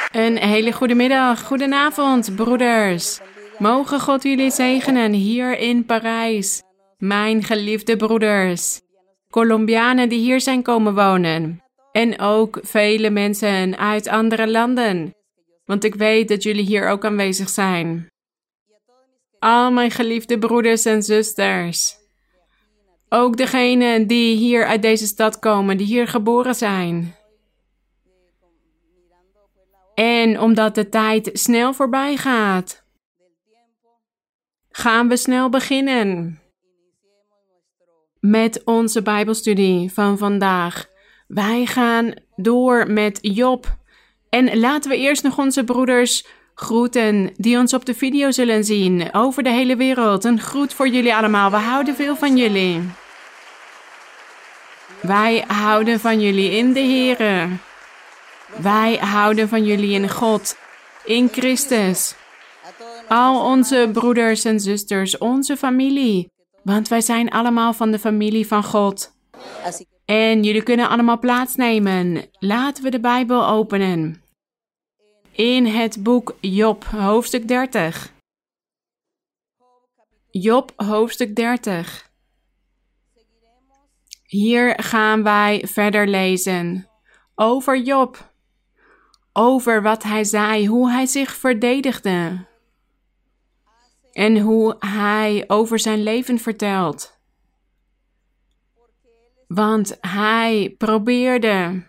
Een hele goede middag, goedenavond, broeders. Mogen God jullie zegenen hier in Parijs. Mijn geliefde broeders, Colombianen die hier zijn komen wonen. En ook vele mensen uit andere landen. Want ik weet dat jullie hier ook aanwezig zijn. Al mijn geliefde broeders en zusters. Ook degenen die hier uit deze stad komen, die hier geboren zijn. En omdat de tijd snel voorbij gaat, gaan we snel beginnen met onze Bijbelstudie van vandaag. Wij gaan door met Job. En laten we eerst nog onze broeders groeten die ons op de video zullen zien over de hele wereld. Een groet voor jullie allemaal. We houden veel van jullie. Wij houden van jullie in de Here. Wij houden van jullie in God, in Christus. Al onze broeders en zusters, onze familie. Want wij zijn allemaal van de familie van God. En jullie kunnen allemaal plaatsnemen. Laten we de Bijbel openen. In het boek Job, hoofdstuk 30. Job, hoofdstuk 30. Hier gaan wij verder lezen over Job. Over wat hij zei, hoe hij zich verdedigde. En hoe hij over zijn leven vertelt. Want hij probeerde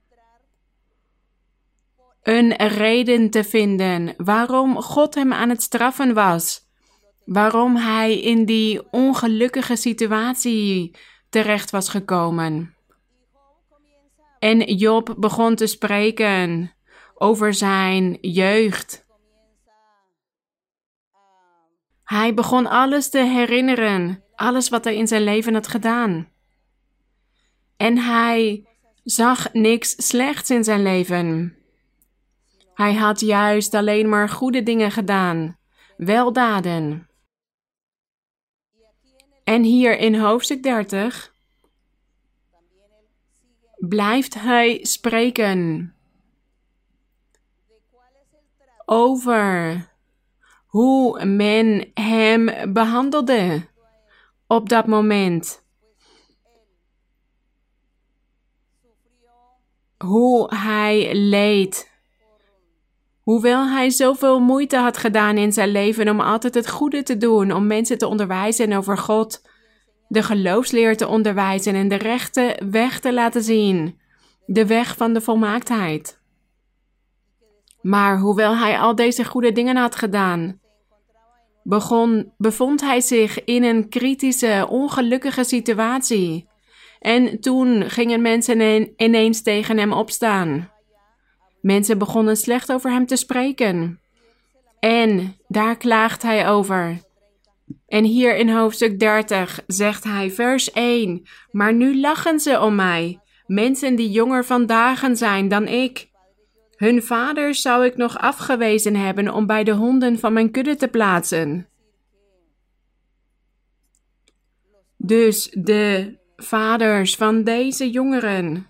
een reden te vinden waarom God hem aan het straffen was. Waarom hij in die ongelukkige situatie terecht was gekomen. En Job begon te spreken over zijn jeugd. Hij begon alles te herinneren, alles wat hij in zijn leven had gedaan. En hij zag niks slechts in zijn leven. Hij had juist alleen maar goede dingen gedaan, weldaden. En hier in hoofdstuk 30 blijft hij spreken over hoe men hem behandelde op dat moment. Hoe hij leed. Hoewel hij zoveel moeite had gedaan in zijn leven om altijd het goede te doen, om mensen te onderwijzen over God, de geloofsleer te onderwijzen en de rechte weg te laten zien, de weg van de volmaaktheid. Maar hoewel hij al deze goede dingen had gedaan, bevond hij zich in een kritische, ongelukkige situatie. En toen gingen mensen ineens tegen hem opstaan. Mensen begonnen slecht over hem te spreken. En daar klaagt hij over. En hier in hoofdstuk 30 zegt hij vers 1. Maar nu lachen ze om mij, mensen die jonger van dagen zijn dan ik. Hun vaders zou ik nog afgewezen hebben om bij de honden van mijn kudde te plaatsen. Dus de vaders van deze jongeren.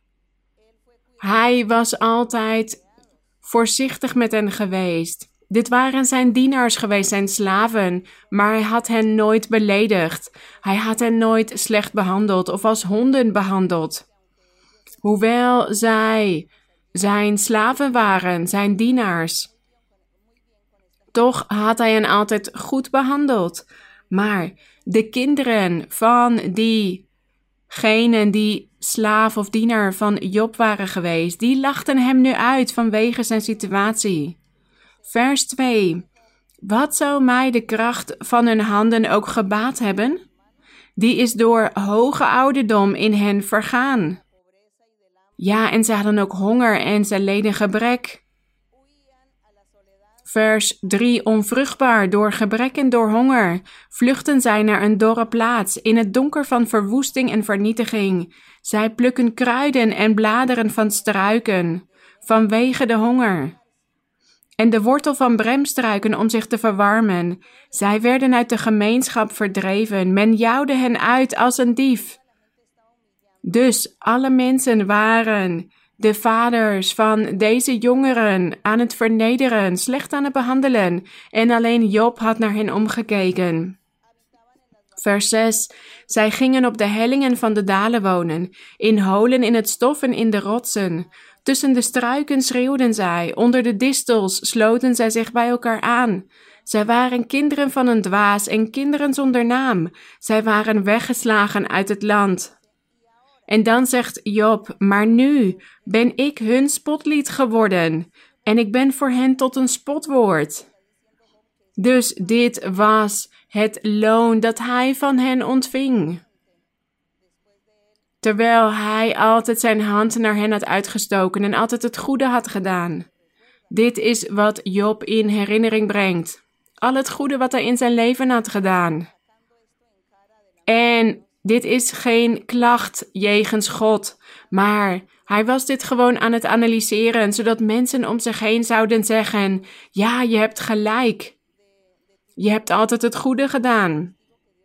Hij was altijd voorzichtig met hen geweest. Dit waren zijn dienaars geweest, zijn slaven, maar hij had hen nooit beledigd. Hij had hen nooit slecht behandeld of als honden behandeld. Hoewel zij zijn slaven waren, zijn dienaars. Toch had hij hen altijd goed behandeld. Maar de kinderen van diegenen die slaaf of dienaar van Job waren geweest, die lachten hem nu uit vanwege zijn situatie. Vers 2. Wat zou mij de kracht van hun handen ook gebaat hebben? Die is door hoge ouderdom in hen vergaan. Ja, en ze hadden ook honger en ze leden gebrek. Vers 3. Onvruchtbaar, door gebrek en door honger, vluchten zij naar een dorre plaats, in het donker van verwoesting en vernietiging. Zij plukken kruiden en bladeren van struiken, vanwege de honger. En de wortel van bremstruiken om zich te verwarmen. Zij werden uit de gemeenschap verdreven, men jouwde hen uit als een dief. Dus alle mensen waren de vaders van deze jongeren aan het vernederen, slecht aan het behandelen. En alleen Job had naar hen omgekeken. Vers 6. Zij gingen op de hellingen van de dalen wonen, in holen in het stof en in de rotsen. Tussen de struiken schreeuwden zij, onder de distels sloten zij zich bij elkaar aan. Zij waren kinderen van een dwaas en kinderen zonder naam. Zij waren weggeslagen uit het land. En dan zegt Job, maar nu ben ik hun spotlied geworden en ik ben voor hen tot een spotwoord. Dus dit was het loon dat hij van hen ontving. Terwijl hij altijd zijn hand naar hen had uitgestoken en altijd het goede had gedaan. Dit is wat Job in herinnering brengt. Al het goede wat hij in zijn leven had gedaan. En dit is geen klacht jegens God, maar hij was dit gewoon aan het analyseren, zodat mensen om zich heen zouden zeggen, ja, je hebt gelijk. Je hebt altijd het goede gedaan.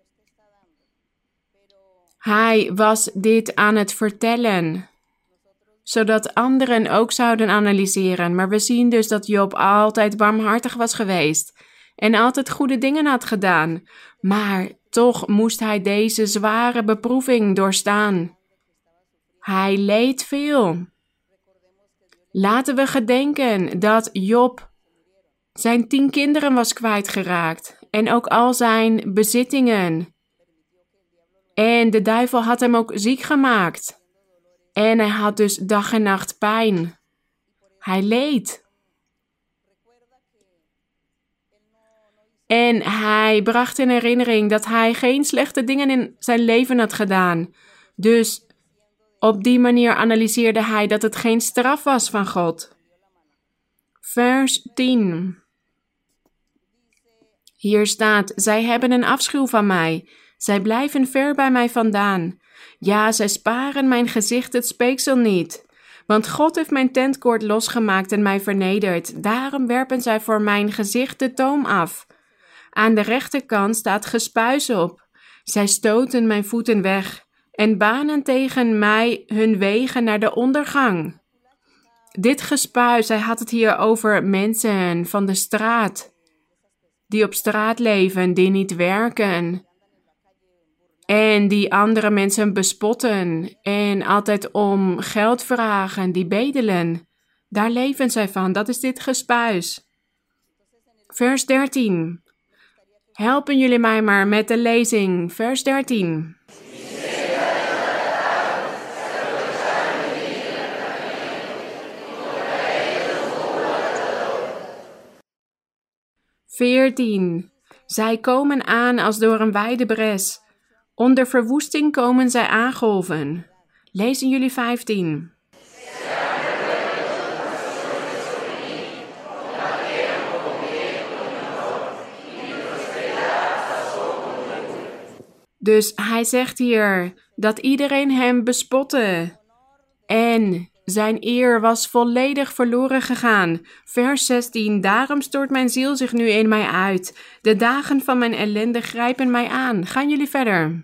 Hij was dit aan het vertellen, zodat anderen ook zouden analyseren. Maar we zien dus dat Job altijd barmhartig was geweest en altijd goede dingen had gedaan. Maar toch moest hij deze zware beproeving doorstaan. Hij leed veel. Laten we gedenken dat Job zijn 10 kinderen was kwijtgeraakt en ook al zijn bezittingen. En de duivel had hem ook ziek gemaakt. En hij had dus dag en nacht pijn. Hij leed. En hij bracht in herinnering dat hij geen slechte dingen in zijn leven had gedaan. Dus op die manier analyseerde hij dat het geen straf was van God. Vers 10. Hier staat, zij hebben een afschuw van mij. Zij blijven ver bij mij vandaan. Ja, zij sparen mijn gezicht het speeksel niet. Want God heeft mijn tentkoord losgemaakt en mij vernederd. Daarom werpen zij voor mijn gezicht de toom af. Aan de rechterkant staat gespuis op. Zij stoten mijn voeten weg en banen tegen mij hun wegen naar de ondergang. Dit gespuis, hij had het hier over mensen van de straat. Die op straat leven, die niet werken. En die andere mensen bespotten en altijd om geld vragen, die bedelen. Daar leven zij van, dat is dit gespuis. Vers 13. Helpen jullie mij maar met de lezing. Vers 13. Veertien. Zij komen aan als door een wijde bres. Onder verwoesting komen zij aangolven. Lezen jullie 15. Dus hij zegt hier dat iedereen hem bespotte. En zijn eer was volledig verloren gegaan. Vers 16. Daarom stort mijn ziel zich nu in mij uit. De dagen van mijn ellende grijpen mij aan. Gaan jullie verder?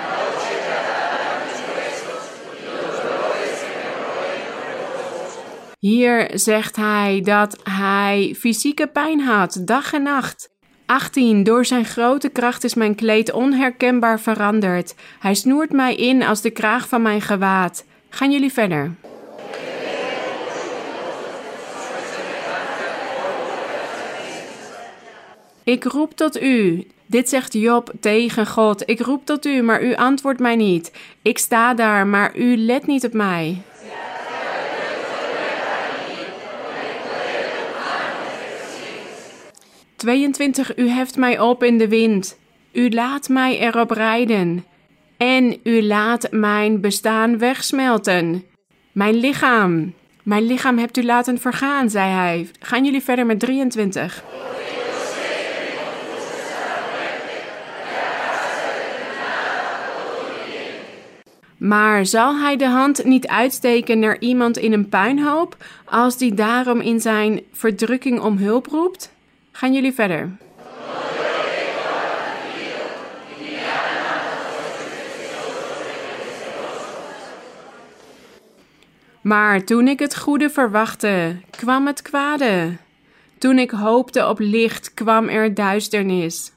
Hier zegt hij dat hij fysieke pijn had, dag en nacht. 18. Door zijn grote kracht is mijn kleed onherkenbaar veranderd. Hij snoert mij in als de kraag van mijn gewaad. Gaan jullie verder? Ik roep tot u. Dit zegt Job tegen God. Ik roep tot u, maar u antwoordt mij niet. Ik sta daar, maar u let niet op mij. (22) U heft mij op in de wind. U laat mij erop rijden. En u laat mijn bestaan wegsmelten. Mijn lichaam hebt u laten vergaan, zei hij. Gaan jullie verder met 23. Maar zal hij de hand niet uitsteken naar iemand in een puinhoop, als die daarom in zijn verdrukking om hulp roept? Gaan jullie verder? Maar toen ik het goede verwachtte, kwam het kwade. Toen ik hoopte op licht, kwam er duisternis.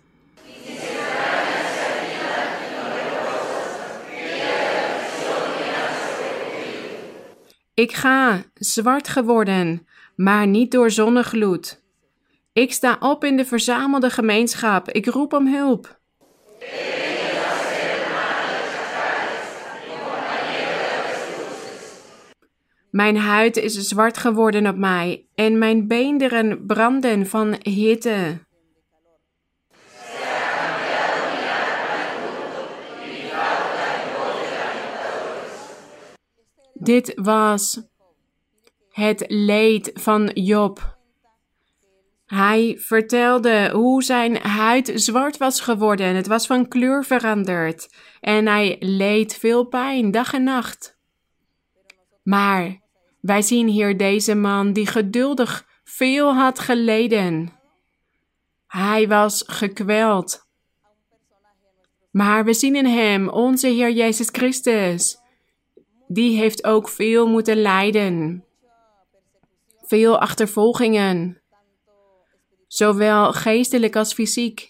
Ik ga, zwart geworden, maar niet door zonnegloed. Ik sta op in de verzamelde gemeenschap, ik roep om hulp. Mijn huid is zwart geworden op mij en mijn beenderen branden van hitte. Dit was het leed van Job. Hij vertelde hoe zijn huid zwart was geworden. Het was van kleur veranderd. En hij leed veel pijn, dag en nacht. Maar wij zien hier deze man die geduldig veel had geleden. Hij was gekweld. Maar we zien in hem onze Heer Jezus Christus. Die heeft ook veel moeten lijden. Veel achtervolgingen. Zowel geestelijk als fysiek.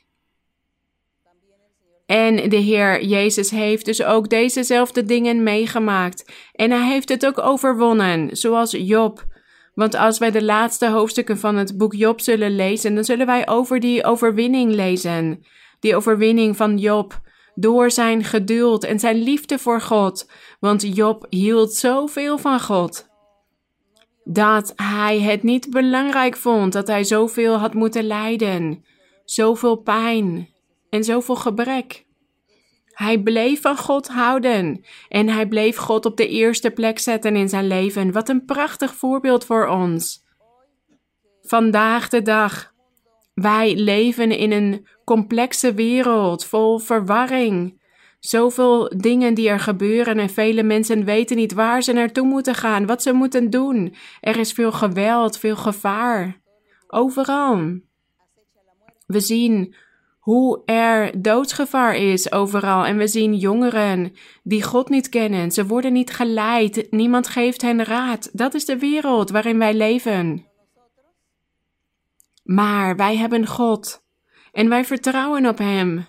En de Heer Jezus heeft dus ook dezezelfde dingen meegemaakt. En hij heeft het ook overwonnen, zoals Job. Want als wij de laatste hoofdstukken van het boek Job zullen lezen, dan zullen wij over die overwinning lezen. Die overwinning van Job. Door zijn geduld en zijn liefde voor God. Want Job hield zoveel van God. Dat hij het niet belangrijk vond dat hij zoveel had moeten lijden. Zoveel pijn en zoveel gebrek. Hij bleef van God houden. En hij bleef God op de eerste plek zetten in zijn leven. Wat een prachtig voorbeeld voor ons. Vandaag de dag. Wij leven in een complexe wereld vol verwarring. Zoveel dingen die er gebeuren en vele mensen weten niet waar ze naartoe moeten gaan, wat ze moeten doen. Er is veel geweld, veel gevaar. Overal. We zien hoe er doodsgevaar is overal en we zien jongeren die God niet kennen. Ze worden niet geleid, niemand geeft hen raad. Dat is de wereld waarin wij leven. Maar wij hebben God en wij vertrouwen op Hem.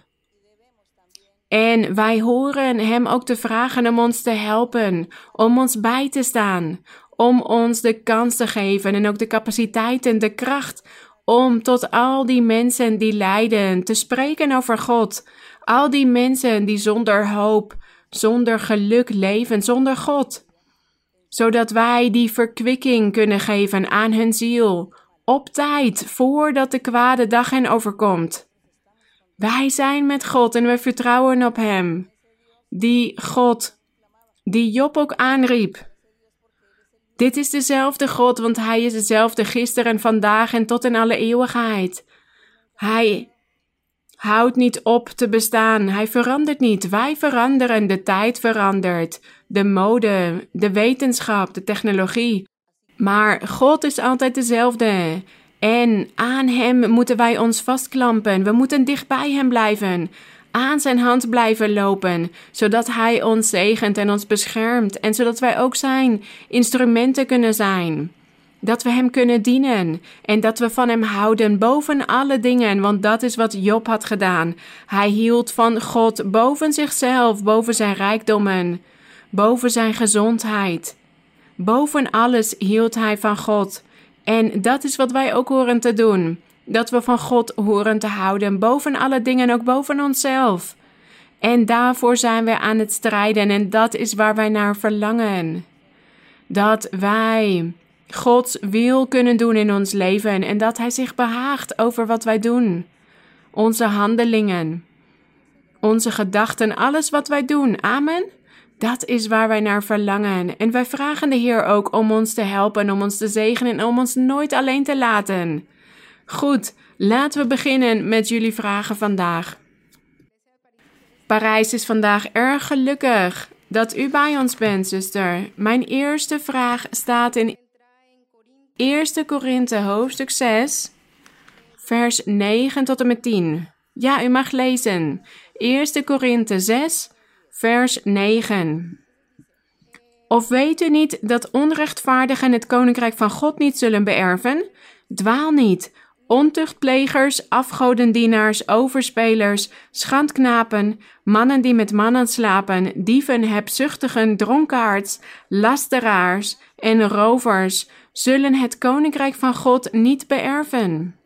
En wij horen Hem ook te vragen om ons te helpen, om ons bij te staan, om ons de kans te geven en ook de capaciteit en de kracht om tot al die mensen die lijden te spreken over God. Al die mensen die zonder hoop, zonder geluk leven, zonder God. Zodat wij die verkwikking kunnen geven aan hun ziel, op tijd, voordat de kwade dag hen overkomt. Wij zijn met God en wij vertrouwen op Hem. Die God, die Job ook aanriep. Dit is dezelfde God, want Hij is dezelfde gisteren en vandaag en tot in alle eeuwigheid. Hij houdt niet op te bestaan. Hij verandert niet. Wij veranderen. De tijd verandert. De mode, de wetenschap, de technologie. Maar God is altijd dezelfde. En aan Hem moeten wij ons vastklampen. We moeten dicht bij Hem blijven. Aan zijn hand blijven lopen. Zodat Hij ons zegent en ons beschermt. En zodat wij ook zijn instrumenten kunnen zijn. Dat we Hem kunnen dienen. En dat we van Hem houden boven alle dingen. Want dat is wat Job had gedaan. Hij hield van God boven zichzelf. Boven zijn rijkdommen. Boven zijn gezondheid. Boven alles hield hij van God. En dat is wat wij ook horen te doen. Dat we van God horen te houden. Boven alle dingen, ook boven onszelf. En daarvoor zijn we aan het strijden. En dat is waar wij naar verlangen. Dat wij Gods wil kunnen doen in ons leven. En dat Hij zich behaagt over wat wij doen. Onze handelingen. Onze gedachten, alles wat wij doen. Amen. Dat is waar wij naar verlangen. En wij vragen de Heer ook om ons te helpen, om ons te zegenen en om ons nooit alleen te laten. Goed, laten we beginnen met jullie vragen vandaag. Parijs is vandaag erg gelukkig dat u bij ons bent, zuster. Mijn eerste vraag staat in 1 Korinthe hoofdstuk 6, vers 9 tot en met 10. Ja, u mag lezen. 1 Korinthe 6, vers 9. Of weet u niet dat onrechtvaardigen het koninkrijk van God niet zullen beërven? Dwaal niet. Ontuchtplegers, afgodendienaars, overspelers, schandknapen, mannen die met mannen slapen, dieven, hebzuchtigen, dronkaards, lasteraars en rovers zullen het koninkrijk van God niet beërven.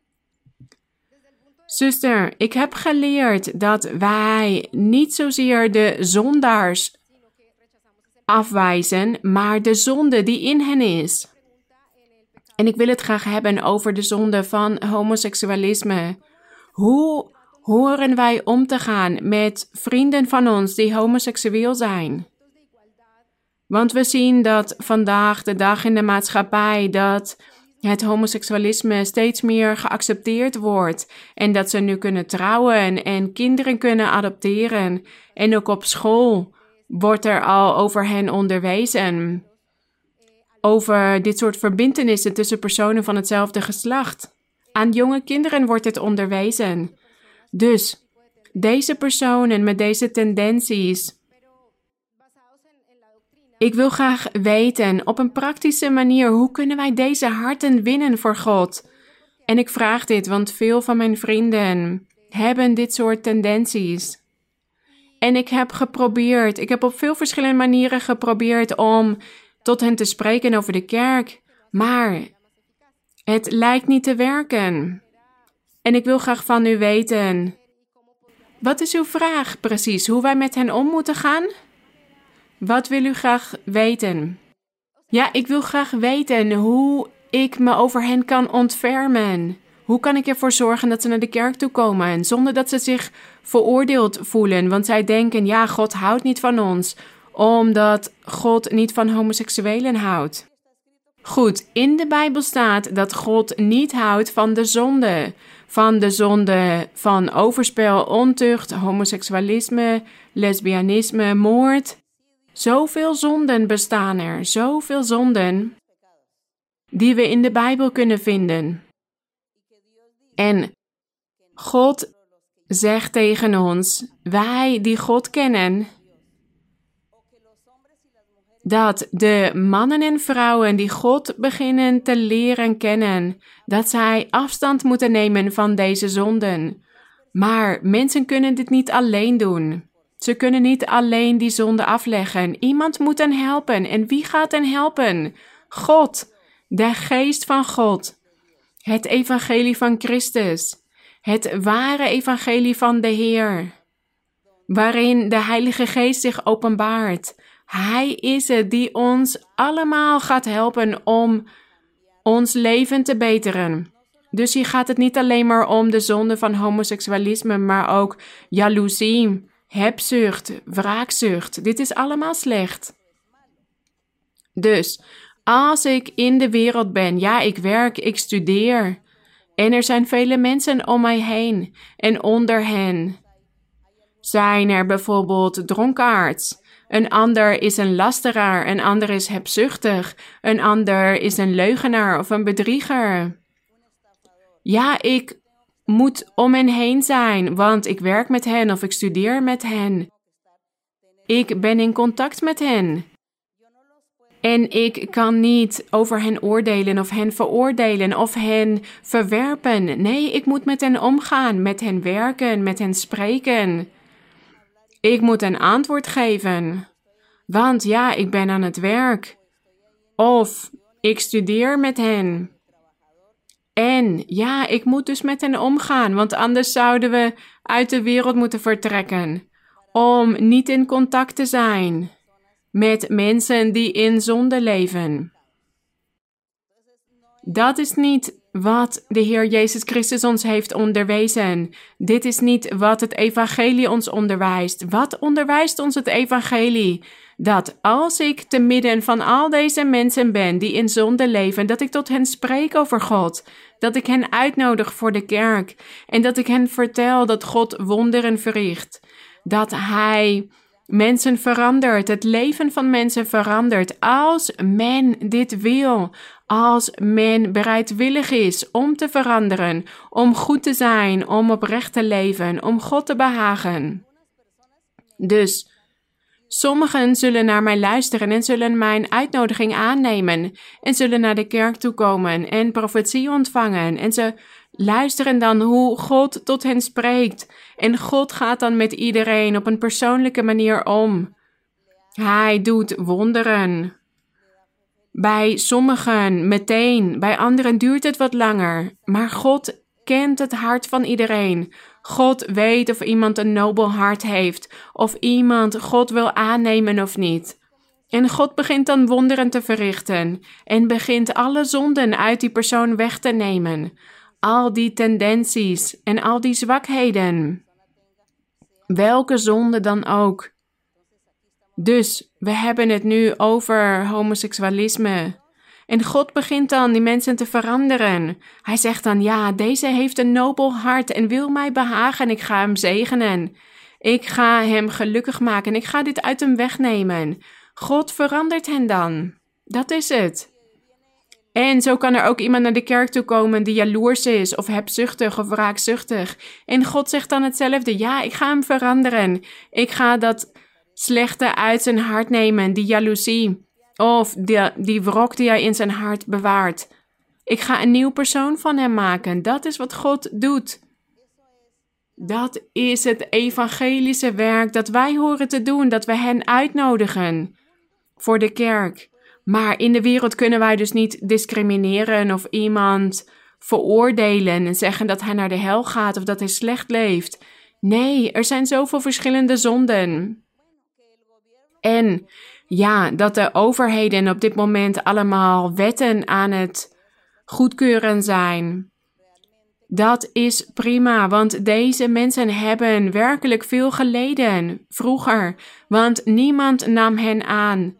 Zuster, ik heb geleerd dat wij niet zozeer de zondaars afwijzen, maar de zonde die in hen is. En ik wil het graag hebben over de zonde van homoseksualisme. Hoe horen wij om te gaan met vrienden van ons die homoseksueel zijn? Want we zien dat vandaag de dag in de maatschappij dat het homoseksualisme steeds meer geaccepteerd wordt. En dat ze nu kunnen trouwen en kinderen kunnen adopteren. En ook op school wordt er al over hen onderwezen. Over dit soort verbintenissen tussen personen van hetzelfde geslacht. Aan jonge kinderen wordt het onderwezen. Dus deze personen met deze tendenties. Ik wil graag weten op een praktische manier hoe kunnen wij deze harten winnen voor God. En ik vraag dit, want veel van mijn vrienden hebben dit soort tendenties. En ik heb op veel verschillende manieren geprobeerd om tot hen te spreken over de kerk. Maar het lijkt niet te werken. En ik wil graag van u weten. Wat is uw vraag precies? Hoe wij met hen om moeten gaan? Wat wil u graag weten? Ja, ik wil graag weten hoe ik me over hen kan ontfermen. Hoe kan ik ervoor zorgen dat ze naar de kerk toe komen zonder dat ze zich veroordeeld voelen? Want zij denken, ja, God houdt niet van ons, omdat God niet van homoseksuelen houdt. Goed, in de Bijbel staat dat God niet houdt van de zonde. Van de zonde van overspel, ontucht, homoseksualisme, lesbianisme, moord. Zoveel zonden bestaan er, zoveel zonden die we in de Bijbel kunnen vinden. En God zegt tegen ons, wij die God kennen, dat de mannen en vrouwen die God beginnen te leren kennen, dat zij afstand moeten nemen van deze zonden. Maar mensen kunnen dit niet alleen doen. Ze kunnen niet alleen die zonde afleggen. Iemand moet hen helpen. En wie gaat hen helpen? God, de geest van God. Het evangelie van Christus. Het ware evangelie van de Heer. Waarin de Heilige Geest zich openbaart. Hij is het die ons allemaal gaat helpen om ons leven te beteren. Dus hier gaat het niet alleen maar om de zonde van homoseksualisme, maar ook jaloezie, hebzucht, wraakzucht. Dit is allemaal slecht. Dus als ik in de wereld ben, ja, ik werk, ik studeer. En er zijn vele mensen om mij heen. En onder hen zijn er bijvoorbeeld dronkaards. Een ander is een lasteraar, een ander is hebzuchtig, een ander is een leugenaar of een bedrieger. Ja, ik moet om hen heen zijn, want ik werk met hen of ik studeer met hen. Ik ben in contact met hen. En ik kan niet over hen oordelen of hen veroordelen of hen verwerpen. Nee, ik moet met hen omgaan, met hen werken, met hen spreken. Ik moet een antwoord geven. Want ja, ik ben aan het werk. Of ik studeer met hen. En ja, ik moet dus met hen omgaan, want anders zouden we uit de wereld moeten vertrekken. Om niet in contact te zijn met mensen die in zonde leven. Dat is niet wat de Heer Jezus Christus ons heeft onderwezen. Dit is niet wat het evangelie ons onderwijst. Wat onderwijst ons het evangelie? Dat als ik te midden van al deze mensen ben die in zonde leven, dat ik tot hen spreek over God. Dat ik hen uitnodig voor de kerk. En dat ik hen vertel dat God wonderen verricht. Dat Hij mensen verandert, het leven van mensen verandert. Als men dit wil, als men bereidwillig is om te veranderen, om goed te zijn, om oprecht te leven, om God te behagen. Dus Sommigen zullen naar mij luisteren en zullen mijn uitnodiging aannemen en zullen naar de kerk toe komen en profetie ontvangen. En ze luisteren dan hoe God tot hen spreekt. En God gaat dan met iedereen op een persoonlijke manier om. Hij doet wonderen. Bij sommigen meteen, bij anderen duurt het wat langer. Maar God kent het hart van iedereen. God weet of iemand een nobel hart heeft, of iemand God wil aannemen of niet. En God begint dan wonderen te verrichten en begint alle zonden uit die persoon weg te nemen. Al die tendenties en al die zwakheden. Welke zonde dan ook. Dus we hebben het nu over homoseksualisme. En God begint dan die mensen te veranderen. Hij zegt dan, ja, deze heeft een nobel hart en wil mij behagen. Ik ga hem zegenen. Ik ga hem gelukkig maken. Ik ga dit uit hem wegnemen. God verandert hen dan. Dat is het. En zo kan er ook iemand naar de kerk toe komen die jaloers is, of hebzuchtig, of wraakzuchtig. En God zegt dan hetzelfde. Ja, ik ga hem veranderen. Ik ga dat slechte uit zijn hart nemen, die jaloezie. Of die wrok die hij in zijn hart bewaart. Ik ga een nieuw persoon van hem maken. Dat is wat God doet. Dat is het evangelische werk dat wij horen te doen. Dat we hen uitnodigen voor de kerk. Maar in de wereld kunnen wij dus niet discrimineren of iemand veroordelen en zeggen dat hij naar de hel gaat of dat hij slecht leeft. Nee, er zijn zoveel verschillende zonden. En ja, dat de overheden op dit moment allemaal wetten aan het goedkeuren zijn. Dat is prima, want deze mensen hebben werkelijk veel geleden vroeger, want niemand nam hen aan.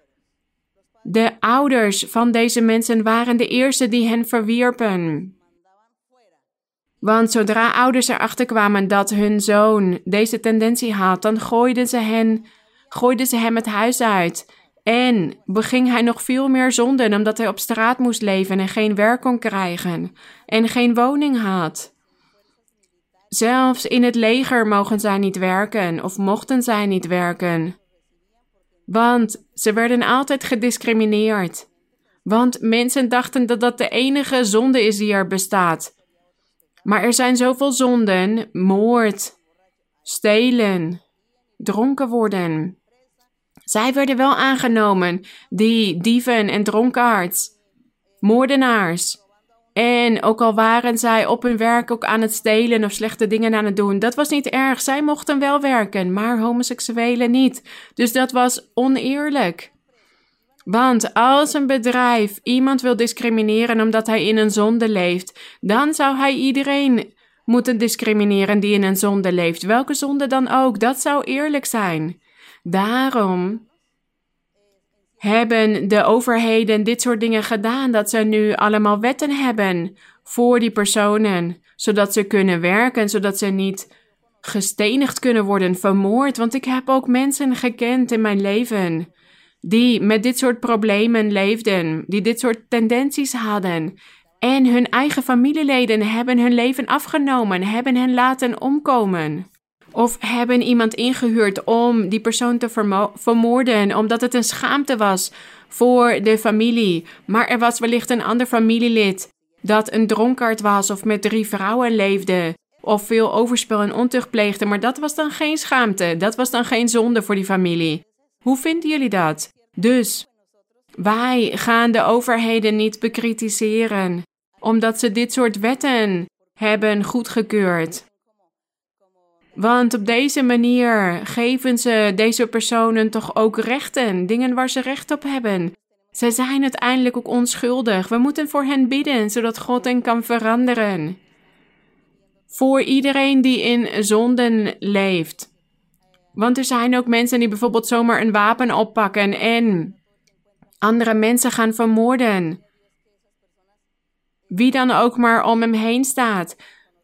De ouders van deze mensen waren de eerste die hen verwierpen. Want zodra ouders erachter kwamen dat hun zoon deze tendentie had, dan gooiden ze hem het huis uit. En beging hij nog veel meer zonden, omdat hij op straat moest leven en geen werk kon krijgen en geen woning had. Zelfs in het leger mochten zij niet werken of mochten zij niet werken. Want ze werden altijd gediscrimineerd. Want mensen dachten dat dat de enige zonde is die er bestaat. Maar er zijn zoveel zonden: moord, stelen, dronken worden. Zij werden wel aangenomen, die dieven en dronkaards, moordenaars. En ook al waren zij op hun werk ook aan het stelen of slechte dingen aan het doen, dat was niet erg. Zij mochten wel werken, maar homoseksuelen niet. Dus dat was oneerlijk. Want als een bedrijf iemand wil discrimineren omdat hij in een zonde leeft, dan zou hij iedereen moeten discrimineren die in een zonde leeft. Welke zonde dan ook, dat zou eerlijk zijn. Daarom hebben de overheden dit soort dingen gedaan, dat ze nu allemaal wetten hebben voor die personen, zodat ze kunnen werken, zodat ze niet gestenigd kunnen worden, vermoord. Want ik heb ook mensen gekend in mijn leven die met dit soort problemen leefden, die dit soort tendenties hadden. En hun eigen familieleden hebben hun leven afgenomen, hebben hen laten omkomen. Of hebben iemand ingehuurd om die persoon te vermoorden, omdat het een schaamte was voor de familie. Maar er was wellicht een ander familielid dat een dronkaard was of met 3 vrouwen leefde. Of veel overspel en ontucht pleegde, maar dat was dan geen schaamte. Dat was dan geen zonde voor die familie. Hoe vinden jullie dat? Dus wij gaan de overheden niet bekritiseren, omdat ze dit soort wetten hebben goedgekeurd. Want op deze manier geven ze deze personen toch ook rechten, dingen waar ze recht op hebben. Zij zijn uiteindelijk ook onschuldig. We moeten voor hen bidden, zodat God hen kan veranderen. Voor iedereen die in zonden leeft. Want er zijn ook mensen die bijvoorbeeld zomaar een wapen oppakken en andere mensen gaan vermoorden. Wie dan ook maar om hem heen staat.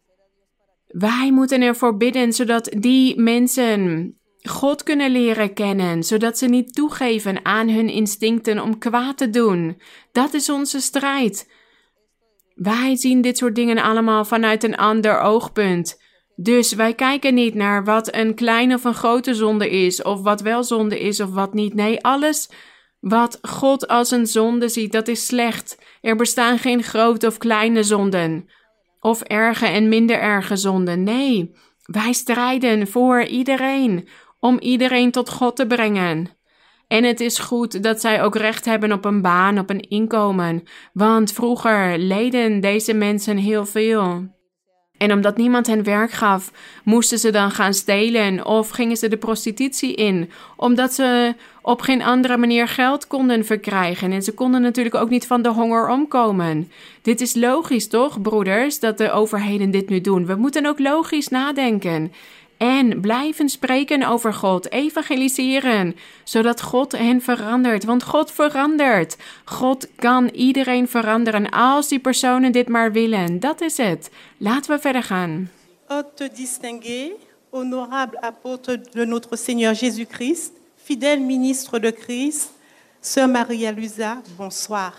Wij moeten ervoor bidden, zodat die mensen God kunnen leren kennen, zodat ze niet toegeven aan hun instincten om kwaad te doen. Dat is onze strijd. Wij zien dit soort dingen allemaal vanuit een ander oogpunt. Dus wij kijken niet naar wat een kleine of een grote zonde is, of wat wel zonde is of wat niet. Nee, alles wat God als een zonde ziet, dat is slecht. Er bestaan geen grote of kleine zonden, of erge en minder erge zonden. Nee, wij strijden voor iedereen, om iedereen tot God te brengen. En het is goed dat zij ook recht hebben op een baan, op een inkomen, want vroeger leden deze mensen heel veel. En omdat niemand hen werk gaf, moesten ze dan gaan stelen of gingen ze de prostitutie in, omdat ze op geen andere manier geld konden verkrijgen. En ze konden natuurlijk ook niet van de honger omkomen. Dit is logisch toch, broeders, dat de overheden dit nu doen? We moeten ook logisch nadenken. En blijven spreken over God, evangeliseren, zodat God hen verandert. Want God verandert. God kan iedereen veranderen als die personen dit maar willen. Dat is het. Laten we verder gaan. Hôte distingué, honorable apôtre de notre Seigneur Jésus-Christ, fidèle ministre de Christ, Sœur Maria Luisa, bonsoir.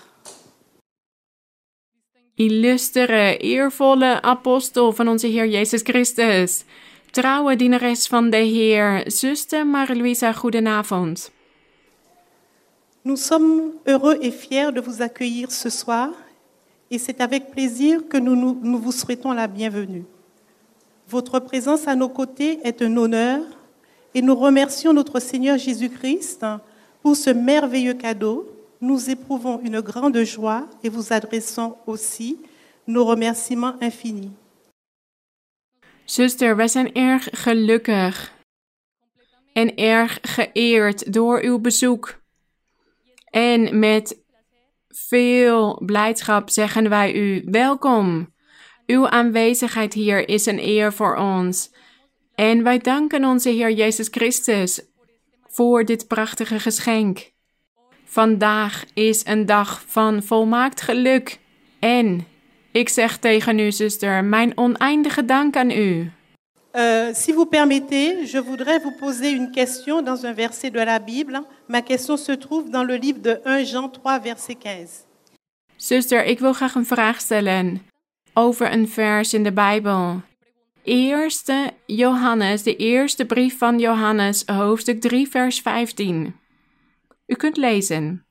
Illustere, eervolle apostel van onze Heer Jezus Christus. Trouwe dienares van de Heer, zuster Marie-Louisa, goedenavond. Nous sommes heureux et fiers de vous accueillir ce soir et c'est avec plaisir que nous vous souhaitons la bienvenue. Votre présence à nos côtés est un honneur et nous remercions notre Seigneur Jésus-Christ pour ce merveilleux cadeau. Nous éprouvons une grande joie et vous adressons aussi nos remerciements infinis. Zuster, wij zijn erg gelukkig en erg geëerd door uw bezoek. En met veel blijdschap zeggen wij u welkom. Uw aanwezigheid hier is een eer voor ons. En wij danken onze Heer Jezus Christus voor dit prachtige geschenk. Vandaag is een dag van volmaakt geluk en ik zeg tegen u, zuster, mijn oneindige dank aan u. Si vous permettez, je voudrais vous poser une question dans un verset de la Bible. Ma question se trouve dans le livre de 1 Jean 3, verset 15. Zuster, ik wil graag een vraag stellen over een vers in de Bijbel. Eerste Johannes, de eerste brief van Johannes, hoofdstuk 3, vers 15. U kunt lezen.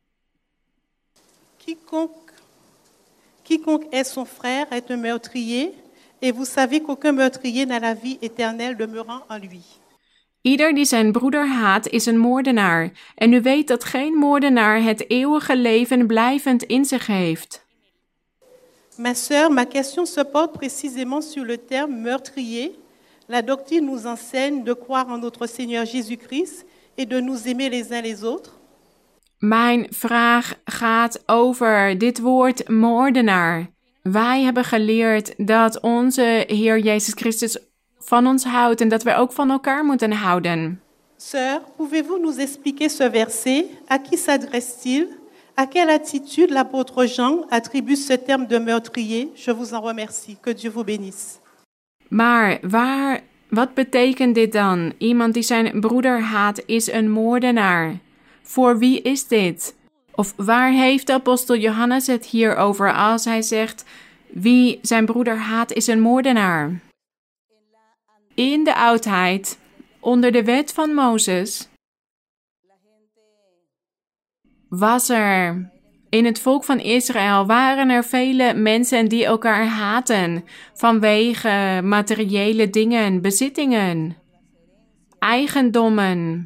Quiconque est son frère est un meurtrier, et vous savez qu'aucun meurtrier n'a la vie éternelle demeurant en lui. Ieder die zijn broeder haat is een moordenaar, en u weet dat geen moordenaar het eeuwige leven blijvend in zich heeft. Ma sœur, ma question se porte précisément sur le terme meurtrier. La doctrine nous enseigne de croire en notre Seigneur Jésus-Christ et de nous aimer les uns les autres. Mijn vraag gaat over dit woord moordenaar. Wij hebben geleerd dat onze Heer Jezus Christus van ons houdt en dat wij ook van elkaar moeten houden. Sœur, pouvez-vous nous expliquer ce verset? À qui s'adresse-t-il? À quelle attitude l'apôtre Jean attribue ce terme de meurtrier? Je vous en remercie. Que Dieu vous bénisse. Maar wat betekent dit dan? Iemand die zijn broeder haat is een moordenaar. Voor wie is dit? Of waar heeft de apostel Johannes het hier over als hij zegt, wie zijn broeder haat is een moordenaar? In de oudheid, onder de wet van Mozes, in het volk van Israël waren er vele mensen die elkaar haatten vanwege materiële dingen, bezittingen, eigendommen.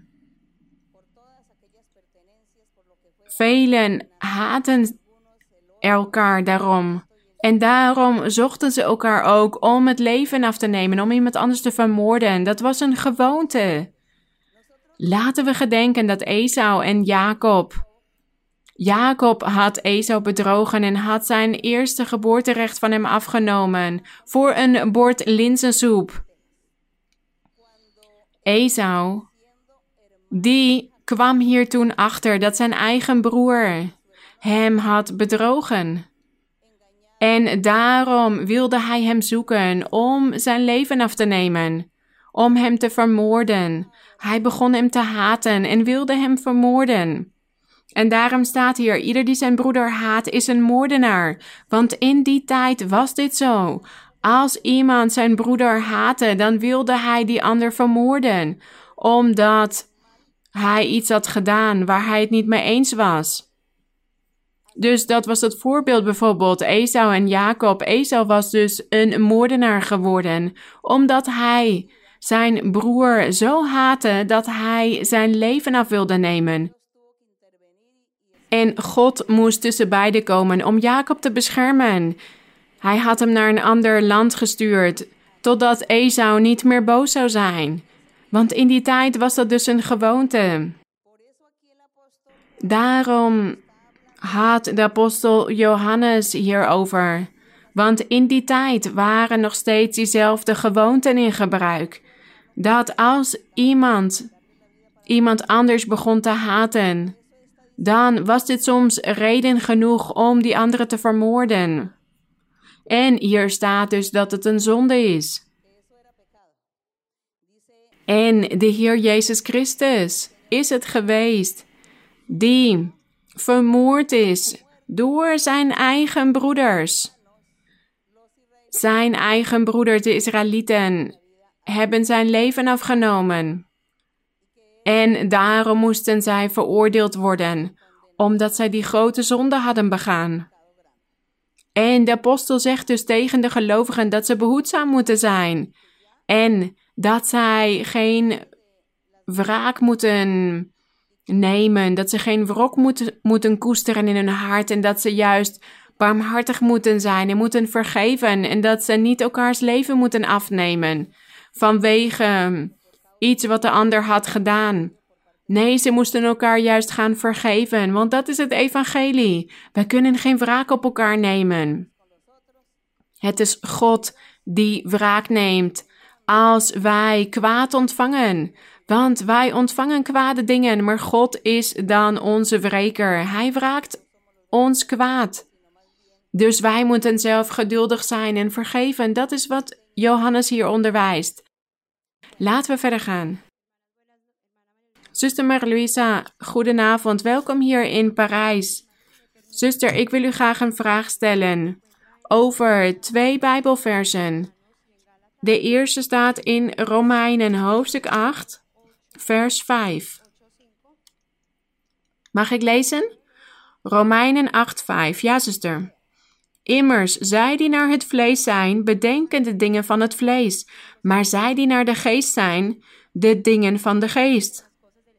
Velen haatten elkaar daarom. En daarom zochten ze elkaar ook om het leven af te nemen, om iemand anders te vermoorden. Dat was een gewoonte. Laten we gedenken dat Esau en Jacob had Esau bedrogen en had zijn eerste geboorterecht van hem afgenomen voor een bord linzensoep. Esau, die kwam hier toen achter dat zijn eigen broer hem had bedrogen. En daarom wilde hij hem zoeken om zijn leven af te nemen, om hem te vermoorden. Hij begon hem te haten en wilde hem vermoorden. En daarom staat hier, ieder die zijn broeder haat is een moordenaar. Want in die tijd was dit zo. Als iemand zijn broeder haatte, dan wilde hij die ander vermoorden, omdat hij iets had gedaan waar hij het niet mee eens was. Dus dat was het voorbeeld bijvoorbeeld Esau en Jacob. Esau was dus een moordenaar geworden, omdat hij zijn broer zo haatte dat hij zijn leven af wilde nemen. En God moest tussen beiden komen om Jacob te beschermen. Hij had hem naar een ander land gestuurd, totdat Esau niet meer boos zou zijn. Want in die tijd was dat dus een gewoonte. Daarom had de apostel Johannes hierover. Want in die tijd waren nog steeds diezelfde gewoonten in gebruik. Dat als iemand anders begon te haten, dan was dit soms reden genoeg om die andere te vermoorden. En hier staat dus dat het een zonde is. En de Heer Jezus Christus is het geweest die vermoord is door zijn eigen broeders. Zijn eigen broeders, de Israëlieten, hebben zijn leven afgenomen. En daarom moesten zij veroordeeld worden, omdat zij die grote zonde hadden begaan. En de apostel zegt dus tegen de gelovigen dat ze behoedzaam moeten zijn. En dat zij geen wraak moeten nemen, dat ze geen wrok moeten koesteren in hun hart en dat ze juist barmhartig moeten zijn en moeten vergeven en dat ze niet elkaars leven moeten afnemen vanwege iets wat de ander had gedaan. Nee, ze moesten elkaar juist gaan vergeven, want dat is het evangelie. Wij kunnen geen wraak op elkaar nemen. Het is God die wraak neemt als wij kwaad ontvangen. Want wij ontvangen kwade dingen, maar God is dan onze wreker. Hij wraakt ons kwaad. Dus wij moeten zelf geduldig zijn en vergeven. Dat is wat Johannes hier onderwijst. Laten we verder gaan. Zuster Marie-Louisa, goedenavond. Welkom hier in Parijs. Zuster, ik wil u graag een vraag stellen over 2 Bijbelversen. De eerste staat in Romeinen hoofdstuk 8, vers 5. Mag ik lezen? Romeinen 8, 5. Ja, zuster. Immers, zij die naar het vlees zijn, bedenken de dingen van het vlees, maar zij die naar de geest zijn, de dingen van de geest.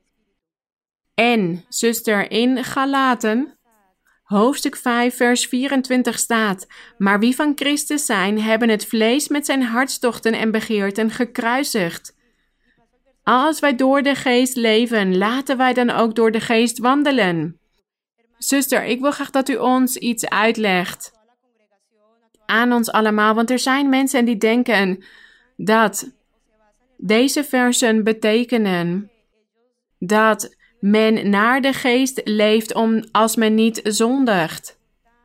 En, zuster, in Galaten, hoofdstuk 5, vers 24 staat, maar wie van Christus zijn, hebben het vlees met zijn hartstochten en begeerten gekruisigd. Als wij door de geest leven, laten wij dan ook door de geest wandelen. Zuster, ik wil graag dat u ons iets uitlegt. Aan ons allemaal, want er zijn mensen die denken dat deze versen betekenen dat men naar de geest leeft als men niet zondigt.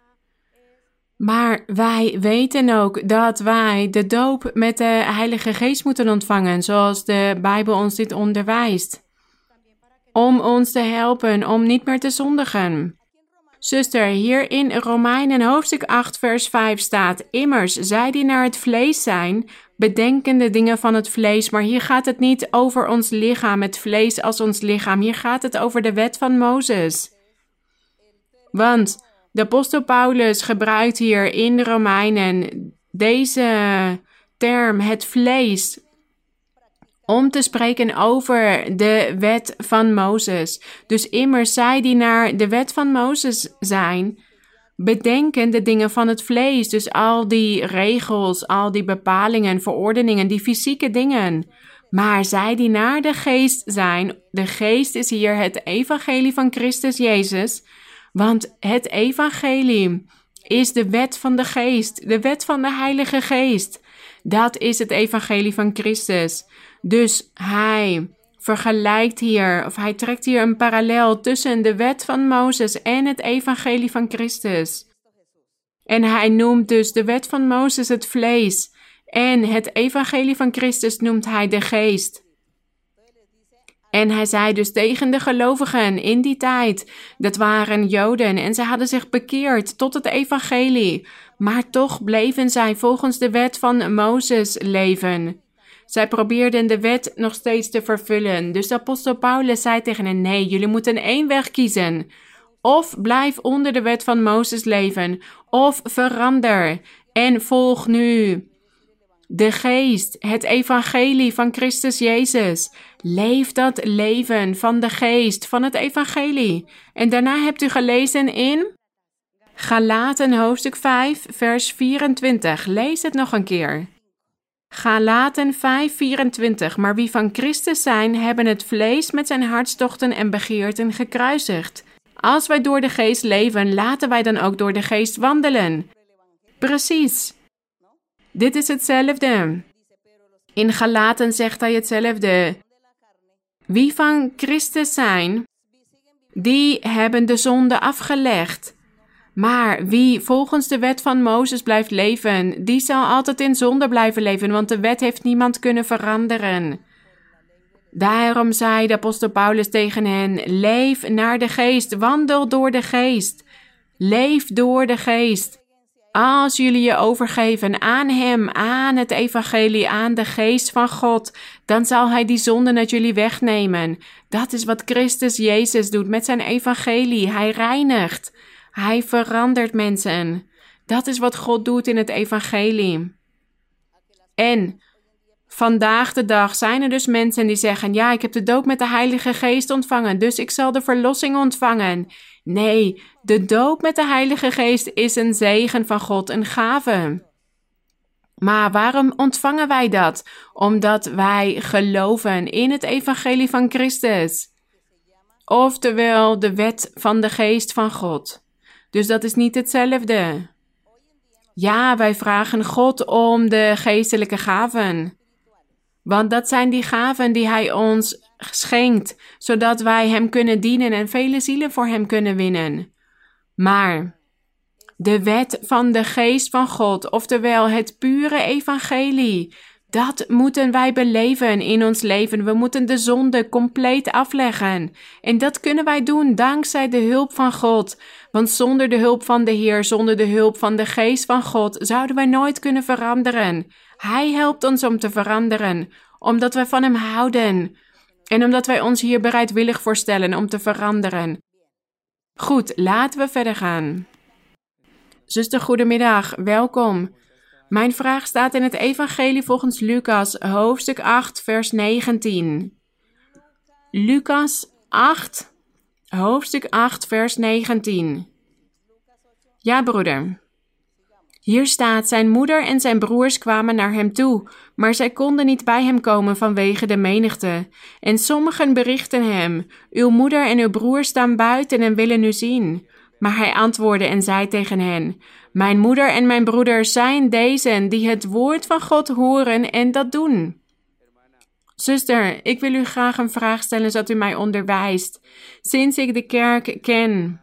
Maar wij weten ook dat wij de doop met de Heilige Geest moeten ontvangen, zoals de Bijbel ons dit onderwijst. Om ons te helpen om niet meer te zondigen. Zuster, hier in Romeinen hoofdstuk 8 vers 5 staat, immers, zij die naar het vlees zijn, bedenken de dingen van het vlees, maar hier gaat het niet over ons lichaam, het vlees als ons lichaam. Hier gaat het over de wet van Mozes. Want de apostel Paulus gebruikt hier in de Romeinen deze term, het vlees, om te spreken over de wet van Mozes. Dus immers, zij die naar de wet van Mozes zijn, bedenken de dingen van het vlees. Dus al die regels, al die bepalingen, verordeningen, die fysieke dingen. Maar zij die naar de geest zijn, de geest is hier het evangelie van Christus Jezus. Want het evangelie is de wet van de geest, de wet van de Heilige Geest. Dat is het evangelie van Christus. Dus hij vergelijkt hier, of hij trekt hier een parallel tussen de wet van Mozes en het evangelie van Christus. En hij noemt dus de wet van Mozes het vlees en het evangelie van Christus noemt hij de geest. En hij zei dus tegen de gelovigen in die tijd, dat waren Joden en ze hadden zich bekeerd tot het evangelie, maar toch bleven zij volgens de wet van Mozes leven. Zij probeerden de wet nog steeds te vervullen. Dus de apostel Paulus zei tegen hen, nee, jullie moeten één weg kiezen. Of blijf onder de wet van Mozes leven, of verander en volg nu de geest, het evangelie van Christus Jezus. Leef dat leven van de geest, van het evangelie. En daarna hebt u gelezen in Galaten hoofdstuk 5, vers 24. Lees het nog een keer. Galaten 5:24. Maar wie van Christus zijn, hebben het vlees met zijn hartstochten en begeerten gekruisigd. Als wij door de geest leven, laten wij dan ook door de geest wandelen. Precies. Dit is hetzelfde. In Galaten zegt hij hetzelfde. Wie van Christus zijn, die hebben de zonde afgelegd. Maar wie volgens de wet van Mozes blijft leven, die zal altijd in zonde blijven leven, want de wet heeft niemand kunnen veranderen. Daarom zei de apostel Paulus tegen hen, leef naar de geest, wandel door de geest. Leef door de geest. Als jullie je overgeven aan hem, aan het evangelie, aan de geest van God, dan zal hij die zonden uit jullie wegnemen. Dat is wat Christus Jezus doet met zijn evangelie. Hij reinigt. Hij verandert mensen. Dat is wat God doet in het evangelie. En vandaag de dag zijn er dus mensen die zeggen, ja, ik heb de doop met de Heilige Geest ontvangen, dus ik zal de verlossing ontvangen. Nee, de doop met de Heilige Geest is een zegen van God, een gave. Maar waarom ontvangen wij dat? Omdat wij geloven in het evangelie van Christus. Oftewel de wet van de geest van God. Dus dat is niet hetzelfde. Ja, wij vragen God om de geestelijke gaven. Want dat zijn die gaven die hij ons schenkt, zodat wij hem kunnen dienen en vele zielen voor hem kunnen winnen. Maar de wet van de geest van God, oftewel het pure evangelie, dat moeten wij beleven in ons leven. We moeten de zonde compleet afleggen. En dat kunnen wij doen dankzij de hulp van God. Want zonder de hulp van de Heer, zonder de hulp van de geest van God, zouden wij nooit kunnen veranderen. Hij helpt ons om te veranderen, omdat wij van hem houden. En omdat wij ons hier bereidwillig voor stellen om te veranderen. Goed, laten we verder gaan. Zuster, goedemiddag, welkom. Mijn vraag staat in het evangelie volgens Lucas, hoofdstuk 8, vers 19. Lucas 8, hoofdstuk 8, vers 19. Ja, broeder. Hier staat, zijn moeder en zijn broers kwamen naar hem toe, maar zij konden niet bij hem komen vanwege de menigte. En sommigen berichten hem, uw moeder en uw broer staan buiten en willen u zien. Maar hij antwoordde en zei tegen hen, mijn moeder en mijn broeder zijn dezen die het woord van God horen en dat doen. Zuster, ik wil u graag een vraag stellen zodat u mij onderwijst. Sinds ik de kerk ken,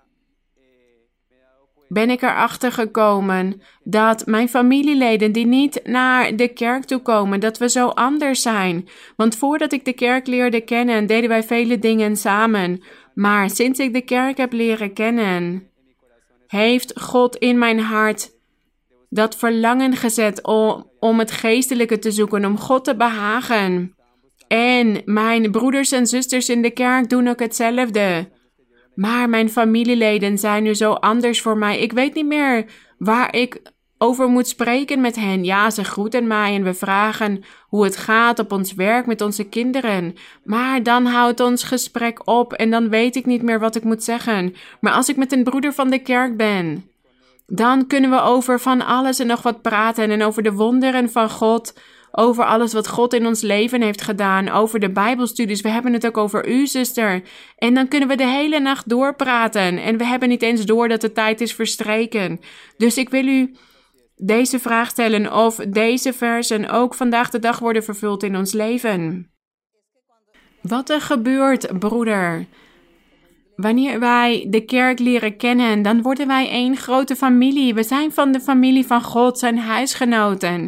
ben ik erachter gekomen dat mijn familieleden die niet naar de kerk toe komen, dat we zo anders zijn. Want voordat ik de kerk leerde kennen, deden wij vele dingen samen. Maar sinds ik de kerk heb leren kennen, heeft God in mijn hart dat verlangen gezet om het geestelijke te zoeken, om God te behagen. En mijn broeders en zusters in de kerk doen ook hetzelfde. Maar mijn familieleden zijn nu zo anders voor mij. Ik weet niet meer waar ik over moet spreken met hen. Ja, ze groeten mij en we vragen hoe het gaat op ons werk met onze kinderen. Maar dan houdt ons gesprek op en dan weet ik niet meer wat ik moet zeggen. Maar als ik met een broeder van de kerk ben, dan kunnen we over van alles en nog wat praten en over de wonderen van God, over alles wat God in ons leven heeft gedaan, over de Bijbelstudies. We hebben het ook over u, zuster. En dan kunnen we de hele nacht doorpraten en we hebben niet eens door dat de tijd is verstreken. Dus ik wil u deze vraag stellen of deze versen ook vandaag de dag worden vervuld in ons leven. Wat er gebeurt, broeder, wanneer wij de kerk leren kennen, dan worden wij één grote familie. We zijn van de familie van God, zijn huisgenoten.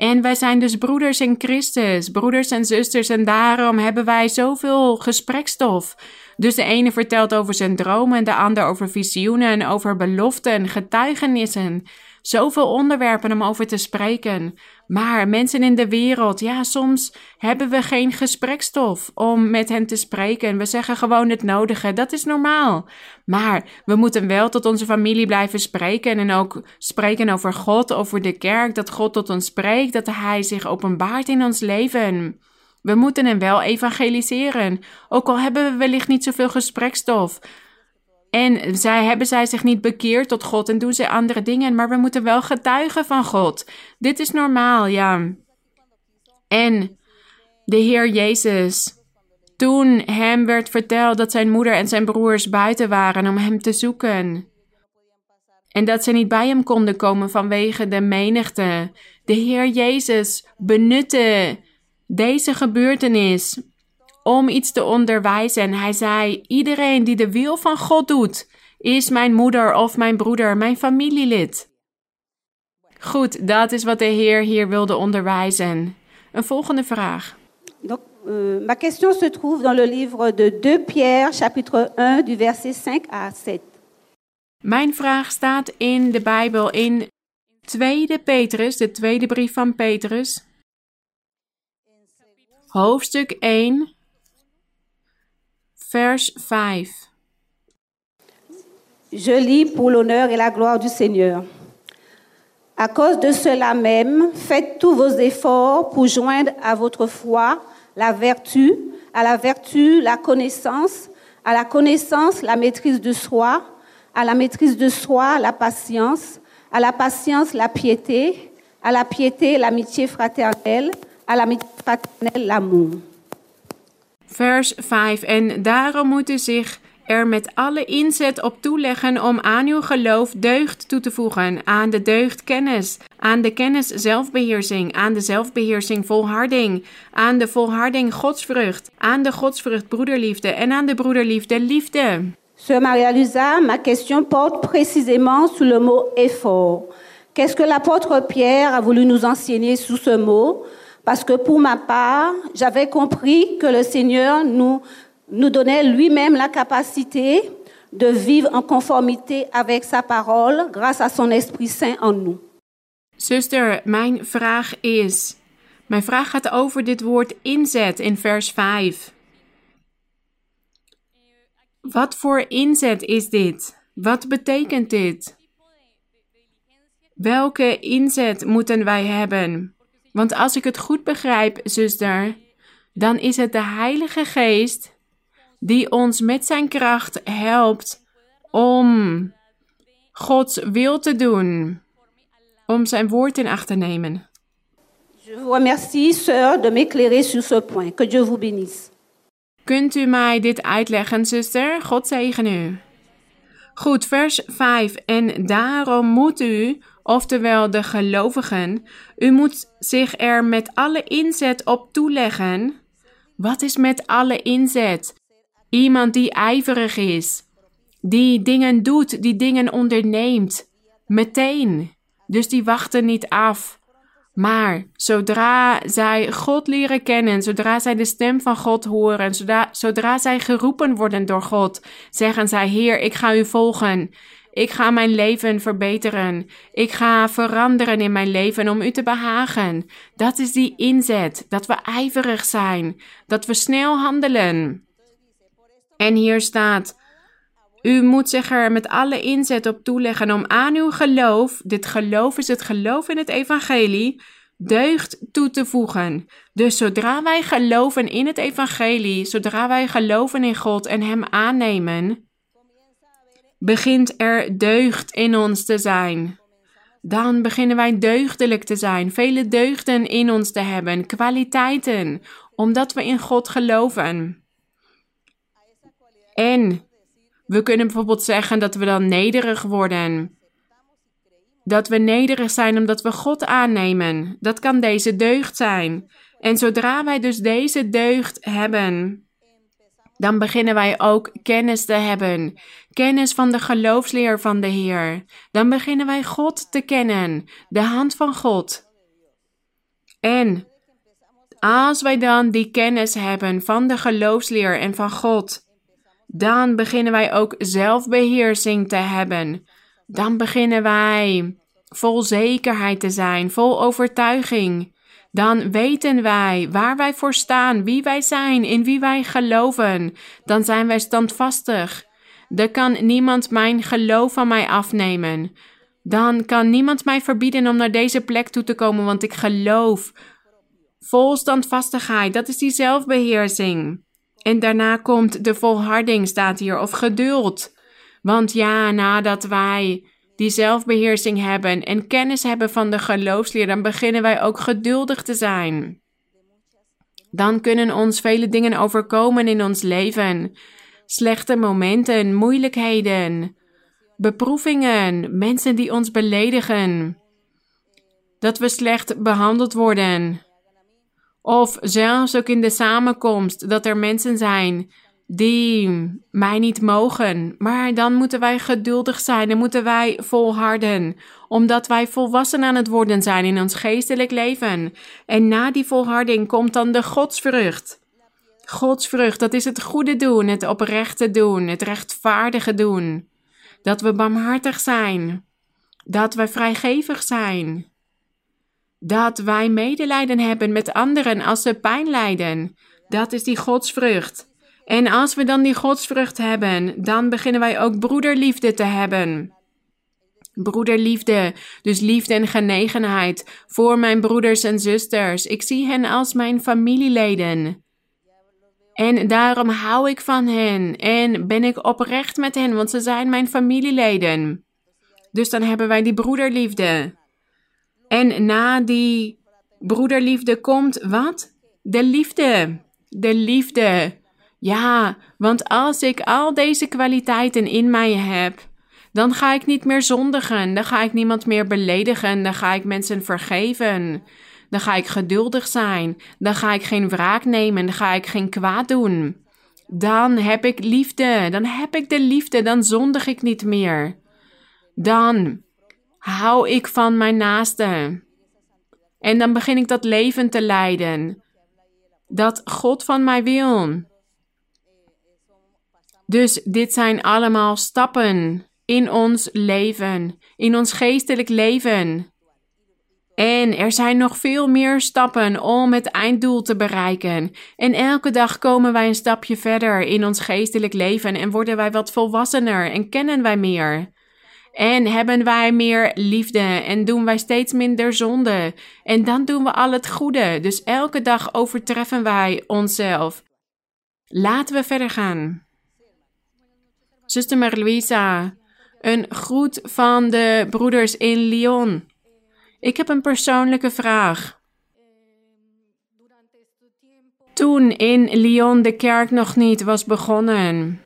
En wij zijn dus broeders in Christus, broeders en zusters. En daarom hebben wij zoveel gesprekstof. Dus de ene vertelt over zijn dromen, de ander over visioenen, over beloften, getuigenissen. Zoveel onderwerpen om over te spreken. Maar mensen in de wereld, ja, soms hebben we geen gesprekstof om met hen te spreken. We zeggen gewoon het nodige, dat is normaal. Maar we moeten wel tot onze familie blijven spreken en ook spreken over God, over de kerk, dat God tot ons spreekt, dat Hij zich openbaart in ons leven. We moeten hem wel evangeliseren, ook al hebben we wellicht niet zoveel gesprekstof. En hebben zij zich niet bekeerd tot God en doen zij andere dingen, maar we moeten wel getuigen van God. Dit is normaal, ja. En de Heer Jezus, toen hem werd verteld dat zijn moeder en zijn broers buiten waren om hem te zoeken. En dat ze niet bij hem konden komen vanwege de menigte. De Heer Jezus benutte deze gebeurtenis om iets te onderwijzen. Hij zei, iedereen die de wil van God doet, is mijn moeder of mijn broeder, mijn familielid. Goed, dat is wat de Heer hier wilde onderwijzen. Een volgende vraag. Donc, ma question se trouve dans le livre de 2 Pierre, chapitre 1, du verset 5 à 7. Mijn vraag staat in de Bijbel in 2 Petrus, de tweede brief van Petrus. Hoofdstuk 1, vers 5. Je lis pour l'honneur et la gloire du Seigneur. À cause de cela même, faites tous vos efforts pour joindre à votre foi la vertu, à la vertu la connaissance, à la connaissance la maîtrise de soi, à la maîtrise de soi la patience, à la patience la piété, à la piété l'amitié fraternelle, à l'amitié fraternelle l'amour. Vers 5. En daarom moet u zich er met alle inzet op toeleggen om aan uw geloof deugd toe te voegen, aan de deugd kennis, aan de kennis zelfbeheersing, aan de zelfbeheersing volharding, aan de volharding godsvrucht, aan de godsvrucht broederliefde en aan de broederliefde liefde. Sœur Maria Luisa, ma question porte précisément sur le mot effort. Qu'est-ce que l'apôtre Pierre a voulu nous enseigner sous ce mot? Parce que pour ma part, j'avais compris que le Seigneur nous donnait lui-même la capacité de vivre en conformité avec sa parole grâce à son Esprit Saint en nous. Zuster, mijn vraag gaat over dit woord inzet in vers 5. Wat voor inzet is dit? Wat betekent dit? Welke inzet moeten wij hebben? Want als ik het goed begrijp, zuster, dan is het de Heilige Geest die ons met zijn kracht helpt om Gods wil te doen, om zijn woord in acht te nemen. Je vous remercie, sœur, de m'éclairer sur ce point. Que Dieu vous bénisse. Kunt u mij dit uitleggen, zuster? God zegen u. Goed, vers 5. En daarom moet u, oftewel de gelovigen, u moet zich er met alle inzet op toeleggen. Wat is met alle inzet? Iemand die ijverig is, die dingen doet, die dingen onderneemt, meteen. Dus die wachten niet af. Maar zodra zij God leren kennen, zodra zij de stem van God horen, zodra zij geroepen worden door God, zeggen zij, Heer, ik ga u volgen. Ik ga mijn leven verbeteren. Ik ga veranderen in mijn leven om u te behagen. Dat is die inzet, dat we ijverig zijn, dat we snel handelen. En hier staat, u moet zich er met alle inzet op toeleggen om aan uw geloof, dit geloof is het geloof in het evangelie, deugd toe te voegen. Dus zodra wij geloven in het evangelie, zodra wij geloven in God en hem aannemen, begint er deugd in ons te zijn. Dan beginnen wij deugdelijk te zijn, vele deugden in ons te hebben, kwaliteiten, omdat we in God geloven. En we kunnen bijvoorbeeld zeggen dat we dan nederig worden. Dat we nederig zijn omdat we God aannemen. Dat kan deze deugd zijn. En zodra wij dus deze deugd hebben, dan beginnen wij ook kennis te hebben. Kennis van de geloofsleer van de Heer. Dan beginnen wij God te kennen. De hand van God. En als wij dan die kennis hebben van de geloofsleer en van God, dan beginnen wij ook zelfbeheersing te hebben. Dan beginnen wij vol zekerheid te zijn, vol overtuiging. Dan weten wij waar wij voor staan, wie wij zijn, in wie wij geloven. Dan zijn wij standvastig. Dan kan niemand mijn geloof van mij afnemen. Dan kan niemand mij verbieden om naar deze plek toe te komen, want ik geloof. Vol standvastigheid, dat is die zelfbeheersing. En daarna komt de volharding, staat hier, of geduld. Want ja, nadat wij die zelfbeheersing hebben en kennis hebben van de geloofsleer, dan beginnen wij ook geduldig te zijn. Dan kunnen ons vele dingen overkomen in ons leven. Slechte momenten, moeilijkheden, beproevingen, mensen die ons beledigen. Dat we slecht behandeld worden. Of zelfs ook in de samenkomst, dat er mensen zijn die mij niet mogen. Maar dan moeten wij geduldig zijn en moeten wij volharden. Omdat wij volwassen aan het worden zijn in ons geestelijk leven. En na die volharding komt dan de godsvrucht. Godsvrucht, dat is het goede doen, het oprechte doen, het rechtvaardige doen. Dat we barmhartig zijn. Dat wij vrijgevig zijn. Dat wij medelijden hebben met anderen als ze pijn lijden. Dat is die godsvrucht. En als we dan die godsvrucht hebben, dan beginnen wij ook broederliefde te hebben. Broederliefde, dus liefde en genegenheid voor mijn broeders en zusters. Ik zie hen als mijn familieleden. En daarom hou ik van hen en ben ik oprecht met hen, want ze zijn mijn familieleden. Dus dan hebben wij die broederliefde. En na die broederliefde komt wat? De liefde. De liefde. Ja, want als ik al deze kwaliteiten in mij heb, dan ga ik niet meer zondigen. Dan ga ik niemand meer beledigen. Dan ga ik mensen vergeven. Dan ga ik geduldig zijn. Dan ga ik geen wraak nemen. Dan ga ik geen kwaad doen. Dan heb ik liefde. Dan heb ik de liefde. Dan zondig ik niet meer. Dan hou ik van mijn naaste. En dan begin ik dat leven te leiden. Dat God van mij wil. Dus dit zijn allemaal stappen in ons leven. In ons geestelijk leven. En er zijn nog veel meer stappen om het einddoel te bereiken. En elke dag komen wij een stapje verder in ons geestelijk leven. En worden wij wat volwassener en kennen wij meer. En hebben wij meer liefde en doen wij steeds minder zonde. En dan doen we al het goede. Dus elke dag overtreffen wij onszelf. Laten we verder gaan. Zuster Marie-Louisa, een groet van de broeders in Lyon. Ik heb een persoonlijke vraag. Toen in Lyon de kerk nog niet was begonnen,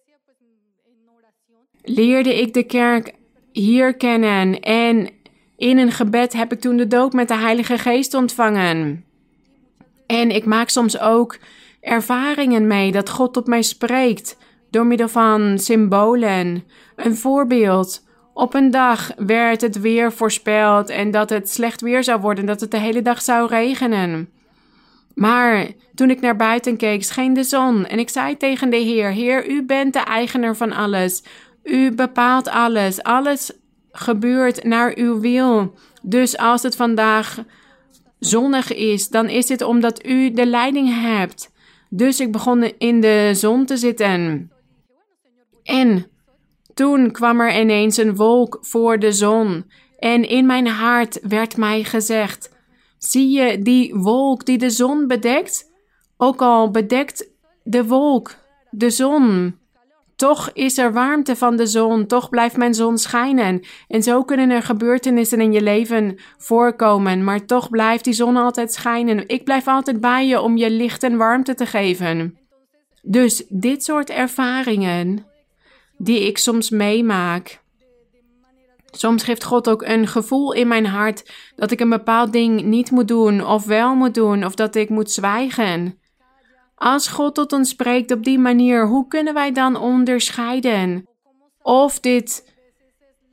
leerde ik de kerk hier kennen en in een gebed heb ik toen de doop met de Heilige Geest ontvangen. En ik maak soms ook ervaringen mee dat God tot mij spreekt door middel van symbolen. Een voorbeeld. Op een dag werd het weer voorspeld en dat het slecht weer zou worden, dat het de hele dag zou regenen. Maar toen ik naar buiten keek, scheen de zon en ik zei tegen de Heer: Heer, u bent de eigenaar van alles. U bepaalt alles. Alles gebeurt naar uw wil. Dus als het vandaag zonnig is, dan is het omdat u de leiding hebt. Dus ik begon in de zon te zitten. En toen kwam er ineens een wolk voor de zon. En in mijn hart werd mij gezegd: zie je die wolk die de zon bedekt? Ook al bedekt de wolk de zon, toch is er warmte van de zon, toch blijft mijn zon schijnen. En zo kunnen er gebeurtenissen in je leven voorkomen, maar toch blijft die zon altijd schijnen. Ik blijf altijd bij je om je licht en warmte te geven. Dus dit soort ervaringen die ik soms meemaak. Soms geeft God ook een gevoel in mijn hart dat ik een bepaald ding niet moet doen of wel moet doen of dat ik moet zwijgen. Als God tot ons spreekt op die manier, hoe kunnen wij dan onderscheiden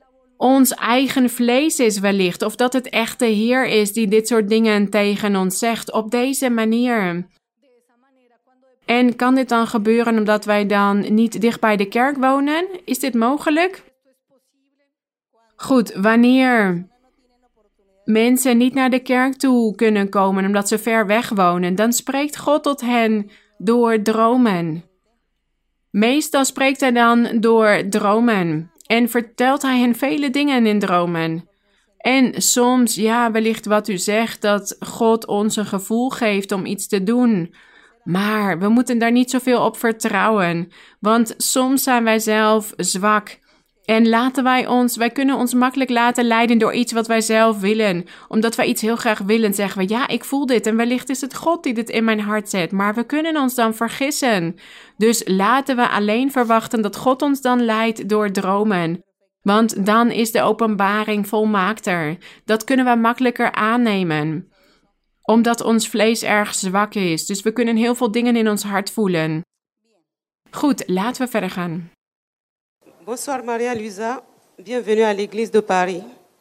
ons eigen vlees is wellicht, of dat het echt de Heer is die dit soort dingen tegen ons zegt, op deze manier. En kan dit dan gebeuren omdat wij dan niet dicht bij de kerk wonen? Is dit mogelijk? Goed, wanneer mensen niet naar de kerk toe kunnen komen omdat ze ver weg wonen, dan spreekt God tot hen door dromen. Meestal spreekt hij dan door dromen en vertelt hij hen vele dingen in dromen. En soms, ja, wellicht wat u zegt, dat God ons een gevoel geeft om iets te doen. Maar we moeten daar niet zoveel op vertrouwen, want soms zijn wij zelf zwak. En wij kunnen ons makkelijk laten leiden door iets wat wij zelf willen. Omdat wij iets heel graag willen, zeggen we, ja, ik voel dit en wellicht is het God die dit in mijn hart zet. Maar we kunnen ons dan vergissen. Dus laten we alleen verwachten dat God ons dan leidt door dromen. Want dan is de openbaring volmaakter. Dat kunnen we makkelijker aannemen. Omdat ons vlees erg zwak is. Dus we kunnen heel veel dingen in ons hart voelen. Goed, laten we verder gaan. Bonsoir Maria Luisa, bienvenue à l'église de Paris.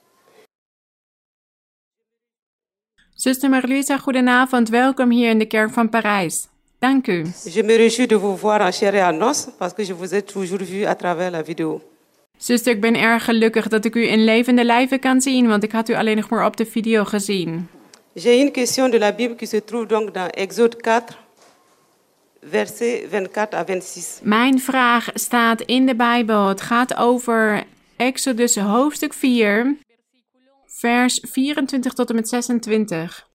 Zuster Maria, goedenavond, welkom hier in de kerk van Parijs. Dank u. Je me réjouis de vous voir en chair et en os, parce que je vous ai toujours vu à travers la vidéo. Zuster, ik ben erg gelukkig dat ik u in levende lijve kan zien, want ik had u alleen nog maar op de video gezien. J'ai une question de la Bible qui se trouve donc dans Exode 4, versets 24 à 26. Mijn vraag staat in de Bijbel. Het gaat over Exodus hoofdstuk 4, vers 24 tot en met 26.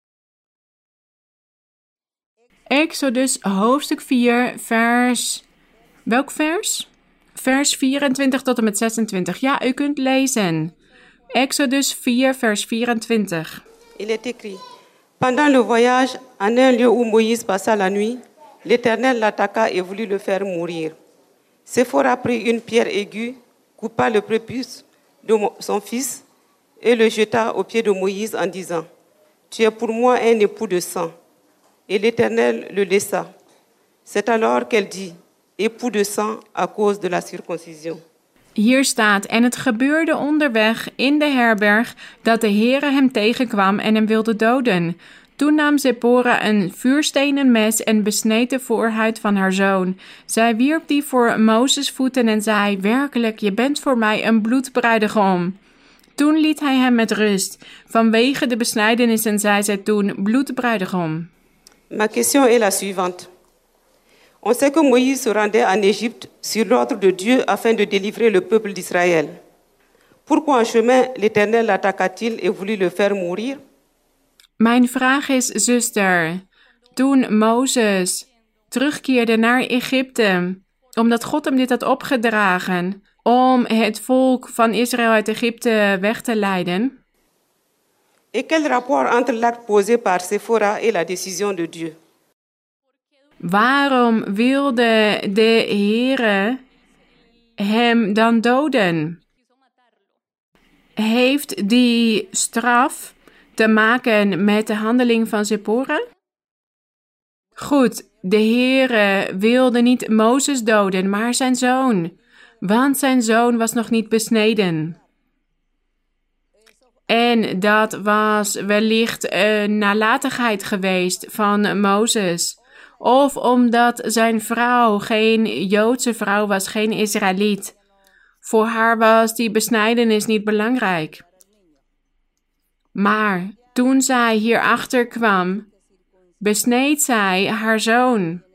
Exodus hoofdstuk 4, vers... Welk vers? Vers 24 tot en met 26. Ja, u kunt lezen. Exodus 4, vers 24. Il est écrit: Pendant le voyage, en un lieu où Moïse passa la nuit, l'Éternel l'attaqua et voulut le faire mourir. Séphora prit une pierre aiguë, coupa le prépuce de son fils et le jeta aux pieds de Moïse en disant: Tu es pour moi un époux de sang. Et l'Éternel le laissa. C'est alors qu'elle dit: époux de sang à cause de la circoncision. Hier staat, en het gebeurde onderweg in de herberg dat de Heere hem tegenkwam en hem wilde doden. Toen nam Zipporah een vuurstenen mes en besneed de voorhuid van haar zoon. Zij wierp die voor Mozes voeten en zei: werkelijk, je bent voor mij een bloedbruidegom. Toen liet hij hem met rust. Vanwege de besnijdenissen zei zij toen: bloedbruidegom. Ma question est la suivante. On sait que Moïse se rendait en Égypte sur l'ordre de Dieu afin de délivrer le peuple d'Israël. Pourquoi en chemin l'Éternel l'attaqua-t-il et voulut le faire mourir? Mijn vraag is, zuster, toen Mozes terugkeerde naar Egypte, omdat God hem dit had opgedragen, om het volk van Israël uit Egypte weg te leiden. Et quel rapport entre l'acte posé par Séphora et la décision de Dieu? Waarom wilde de Heere hem dan doden? Heeft die straf te maken met de handeling van Zipporah? Goed, de Heere wilde niet Mozes doden, maar zijn zoon, want zijn zoon was nog niet besneden. En dat was wellicht een nalatigheid geweest van Mozes. Of omdat zijn vrouw geen Joodse vrouw was, geen Israëliet. Voor haar was die besnijdenis niet belangrijk. Maar toen zij hierachter kwam, besneed zij haar zoon.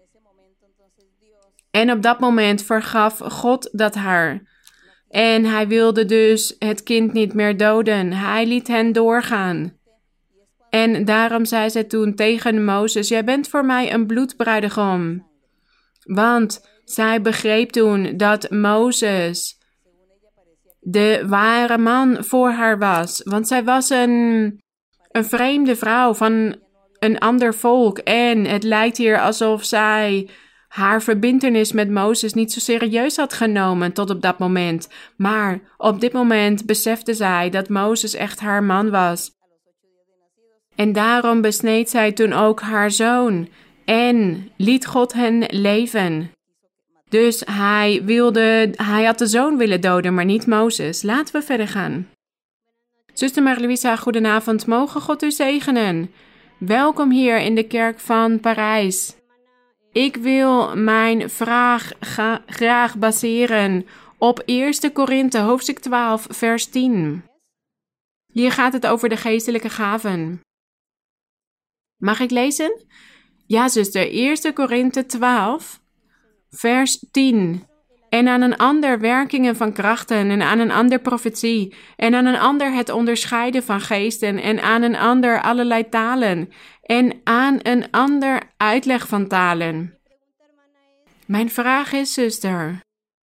En op dat moment vergaf God dat haar. En hij wilde dus het kind niet meer doden. Hij liet hen doorgaan. En daarom zei zij toen tegen Mozes: jij bent voor mij een bloedbruidegom. Want zij begreep toen dat Mozes de ware man voor haar was. Want zij was een vreemde vrouw van een ander volk. En het lijkt hier alsof zij haar verbintenis met Mozes niet zo serieus had genomen tot op dat moment. Maar op dit moment besefte zij dat Mozes echt haar man was. En daarom besneed zij toen ook haar zoon en liet God hen leven. Dus hij had de zoon willen doden, maar niet Mozes. Laten we verder gaan. Zuster Maria-Luisa, goedenavond. Mogen God u zegenen. Welkom hier in de kerk van Parijs. Ik wil mijn vraag graag baseren op 1 Korinthe, hoofdstuk 12, vers 10. Hier gaat het over de geestelijke gaven. Mag ik lezen? Ja, zuster. 1 Korinthe 12, vers 10. En aan een ander werkingen van krachten, en aan een ander profetie, en aan een ander het onderscheiden van geesten, en aan een ander allerlei talen, en aan een ander uitleg van talen. Mijn vraag is, zuster,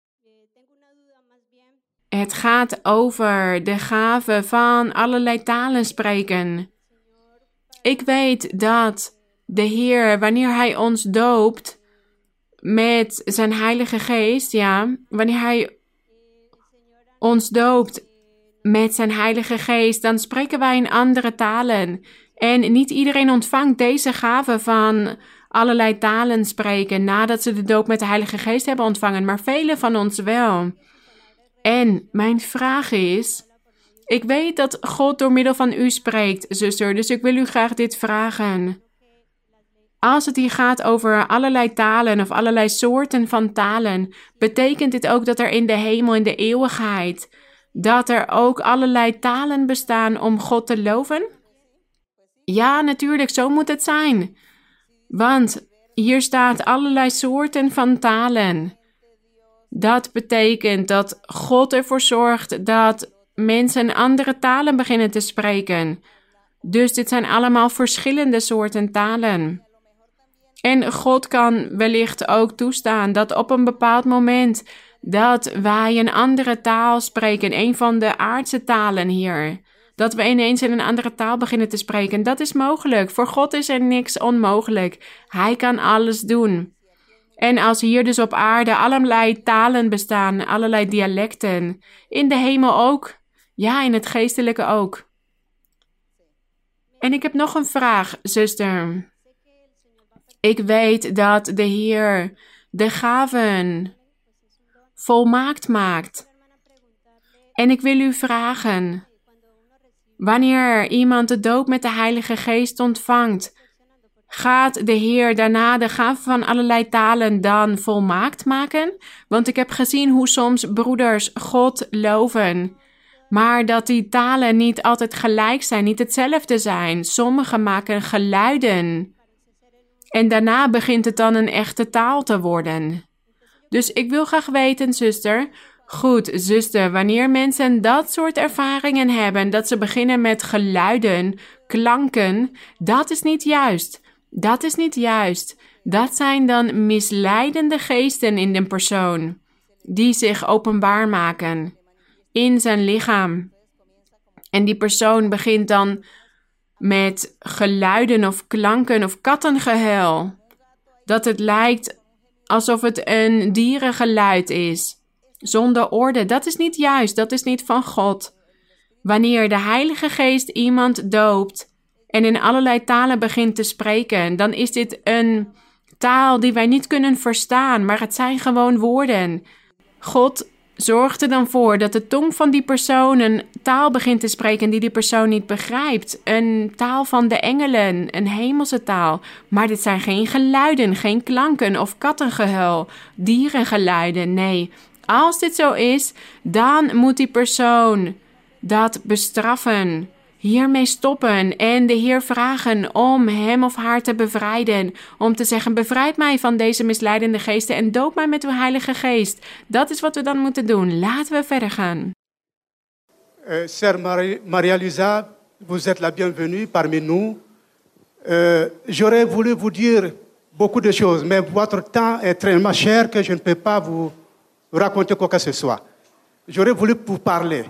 het gaat over de gave van allerlei talen spreken. Ik weet dat de Heer, wanneer Hij ons doopt met zijn Heilige Geest, wanneer Hij ons doopt met zijn Heilige Geest, dan spreken wij in andere talen. En niet iedereen ontvangt deze gave van allerlei talen spreken nadat ze de doop met de Heilige Geest hebben ontvangen, maar velen van ons wel. En mijn vraag is, ik weet dat God door middel van u spreekt, zuster, dus ik wil u graag dit vragen. Als het hier gaat over allerlei talen of allerlei soorten van talen, betekent dit ook dat er in de hemel, in de eeuwigheid, dat er ook allerlei talen bestaan om God te loven? Ja, natuurlijk, zo moet het zijn. Want hier staat allerlei soorten van talen. Dat betekent dat God ervoor zorgt dat mensen andere talen beginnen te spreken. Dus dit zijn allemaal verschillende soorten talen. En God kan wellicht ook toestaan dat op een bepaald moment dat wij een andere taal spreken, een van de aardse talen hier. Dat we ineens in een andere taal beginnen te spreken. Dat is mogelijk. Voor God is er niks onmogelijk. Hij kan alles doen. En als hier dus op aarde allerlei talen bestaan, allerlei dialecten, in de hemel ook, ja, in het geestelijke ook. En ik heb nog een vraag, zuster. Ik weet dat de Heer de gaven volmaakt maakt. En ik wil u vragen, wanneer iemand de doop met de Heilige Geest ontvangt, gaat de Heer daarna de gaven van allerlei talen dan volmaakt maken? Want ik heb gezien hoe soms broeders God loven, maar dat die talen niet altijd gelijk zijn, niet hetzelfde zijn. Sommigen maken geluiden. En daarna begint het dan een echte taal te worden. Dus ik wil graag weten, zuster. Goed, zuster, wanneer mensen dat soort ervaringen hebben, dat ze beginnen met geluiden, klanken, dat is niet juist. Dat is niet juist. Dat zijn dan misleidende geesten in de persoon, die zich openbaar maken in zijn lichaam. En die persoon begint dan met geluiden of klanken of kattengehuil. Dat het lijkt alsof het een dierengeluid is. Zonder orde. Dat is niet juist. Dat is niet van God. Wanneer de Heilige Geest iemand doopt en in allerlei talen begint te spreken, dan is dit een taal die wij niet kunnen verstaan, maar het zijn gewoon woorden. God zorgt er dan voor dat de tong van die persoon een taal begint te spreken die persoon niet begrijpt. Een taal van de engelen, een hemelse taal. Maar dit zijn geen geluiden, geen klanken of kattengehuil, dierengeluiden. Nee, als dit zo is, dan moet die persoon dat bestraffen. Hiermee stoppen en de Heer vragen om hem of haar te bevrijden. Om te zeggen, bevrijd mij van deze misleidende geesten en doop mij met uw Heilige Geest. Dat is wat we dan moeten doen. Laten we verder gaan. Sœur Maria-Luisa, vous êtes la bienvenue parmi nous. J'aurais voulu vous dire beaucoup de choses, mais votre temps est tellement cher que je ne peux pas vous raconter quoi que ce soit. J'aurais voulu vous parler,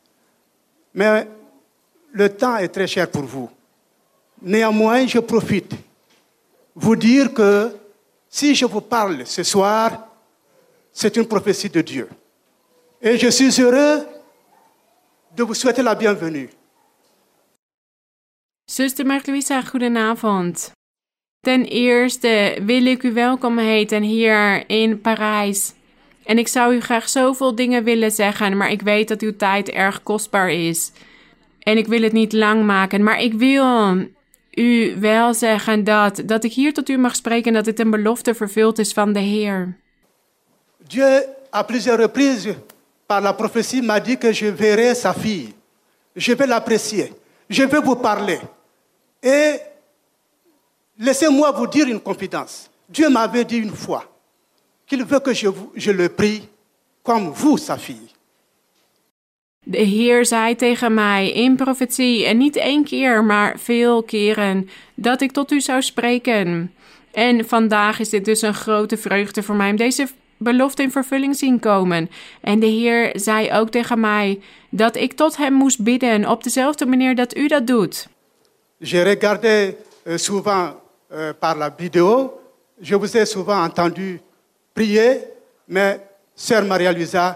mais le temps est très cher pour vous. Néanmoins, je profite. Vous dire que si je vous parle ce soir, c'est une prophétie de Dieu. Et je suis heureux de vous souhaiter la bienvenue. Zuster Maria-Luisa, goedenavond. Ten eerste wil ik u welkom heten hier in Parijs. En ik zou u graag zoveel dingen willen zeggen, maar ik weet dat uw tijd erg kostbaar is. En ik wil het niet lang maken, maar ik wil u wel zeggen dat ik hier tot u mag spreken en dat dit een belofte vervuld is van de Heer. Dieu, à plusieurs reprises, par la prophétie, m'a dit que je verrai sa fille. Je vais l'apprécier. Je vais vous parler. Et laissez-moi vous dire une confidence. Dieu m'avait dit une fois qu'il veut que je le prie comme vous, sa fille. De Heer zei tegen mij in profetie, en niet 1 keer, maar veel keren, dat ik tot u zou spreken. En vandaag is dit dus een grote vreugde voor mij om deze belofte in vervulling zien komen. En de Heer zei ook tegen mij dat ik tot hem moest bidden op dezelfde manier dat u dat doet. J'ai regardé souvent par la vidéo. Je vous ai souvent entendu prier, mais Sœur Maria-Luisa,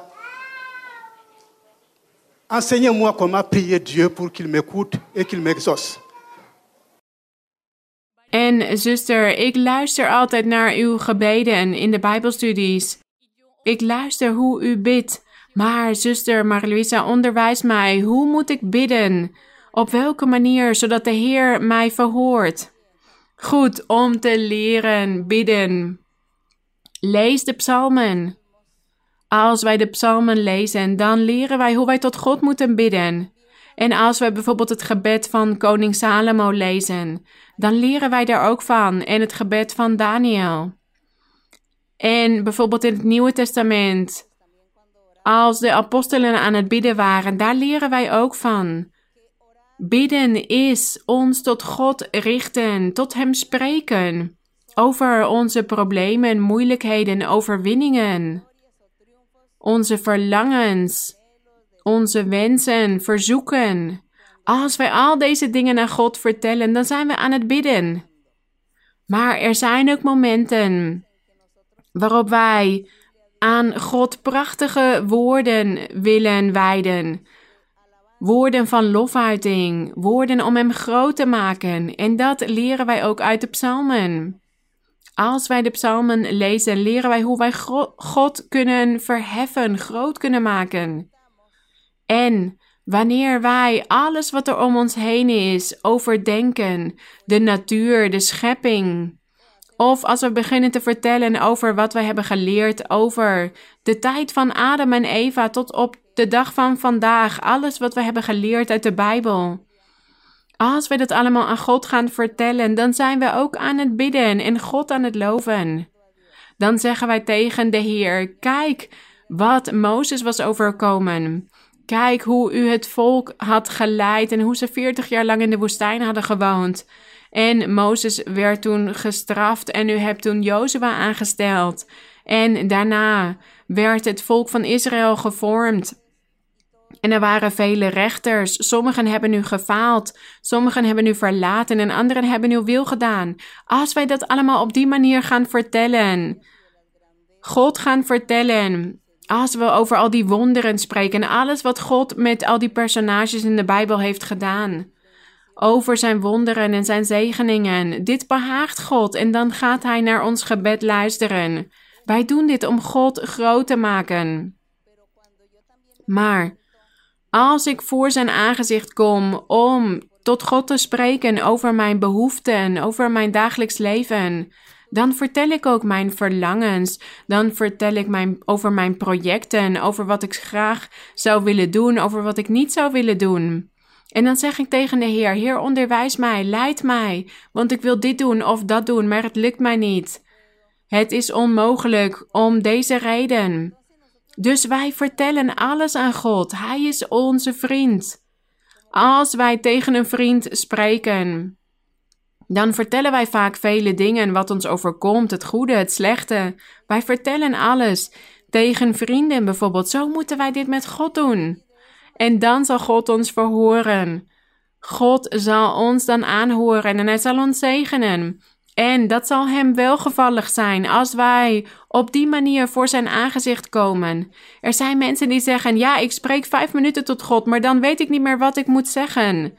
enseignez-moi comment prier Dieu pour qu'il m'écoute et qu'il m'exauce. En zuster, ik luister altijd naar uw gebeden in de Bijbelstudies. Ik luister hoe u bidt. Maar zuster Maria-Luisa, onderwijs mij. Hoe moet ik bidden? Op welke manier, zodat de Heer mij verhoort? Goed, om te leren bidden. Lees de psalmen. Als wij de psalmen lezen, dan leren wij hoe wij tot God moeten bidden. En als wij bijvoorbeeld het gebed van koning Salomo lezen, dan leren wij daar ook van. En het gebed van Daniel. En bijvoorbeeld in het Nieuwe Testament, als de apostelen aan het bidden waren, daar leren wij ook van. Bidden is ons tot God richten, tot hem spreken. Over onze problemen, moeilijkheden, overwinningen. Onze verlangens, onze wensen, verzoeken. Als wij al deze dingen aan God vertellen, dan zijn we aan het bidden. Maar er zijn ook momenten waarop wij aan God prachtige woorden willen wijden. Woorden van lofuiting, woorden om hem groot te maken. En dat leren wij ook uit de psalmen. Als wij de psalmen lezen, leren wij hoe wij God kunnen verheffen, groot kunnen maken. En wanneer wij alles wat er om ons heen is overdenken, de natuur, de schepping, of als we beginnen te vertellen over wat wij hebben geleerd over de tijd van Adam en Eva tot op de dag van vandaag, alles wat we hebben geleerd uit de Bijbel. Als we dat allemaal aan God gaan vertellen, dan zijn we ook aan het bidden en God aan het loven. Dan zeggen wij tegen de Heer, kijk wat Mozes was overkomen. Kijk hoe u het volk had geleid en hoe ze 40 jaar lang in de woestijn hadden gewoond. En Mozes werd toen gestraft en u hebt toen Jozua aangesteld. En daarna werd het volk van Israël gevormd. En er waren vele rechters. Sommigen hebben u gefaald, sommigen hebben u verlaten en anderen hebben uw wil gedaan. Als wij dat allemaal op die manier gaan vertellen, God gaan vertellen, als we over al die wonderen spreken, alles wat God met al die personages in de Bijbel heeft gedaan, over zijn wonderen en zijn zegeningen, dit behaagt God en dan gaat hij naar ons gebed luisteren. Wij doen dit om God groot te maken. Maar als ik voor zijn aangezicht kom om tot God te spreken over mijn behoeften, over mijn dagelijks leven, dan vertel ik ook mijn verlangens. Dan vertel ik over mijn projecten, over wat ik graag zou willen doen, over wat ik niet zou willen doen. En dan zeg ik tegen de Heer, Heer, onderwijs mij, leid mij, want ik wil dit doen of dat doen, maar het lukt mij niet. Het is onmogelijk om deze reden. Dus wij vertellen alles aan God. Hij is onze vriend. Als wij tegen een vriend spreken, dan vertellen wij vaak vele dingen wat ons overkomt, het goede, het slechte. Wij vertellen alles. Tegen vrienden bijvoorbeeld, zo moeten wij dit met God doen. En dan zal God ons verhoren. God zal ons dan aanhoren en hij zal ons zegenen. En dat zal hem welgevallig zijn als wij op die manier voor zijn aangezicht komen. Er zijn mensen die zeggen, ja, ik spreek 5 minuten tot God, maar dan weet ik niet meer wat ik moet zeggen.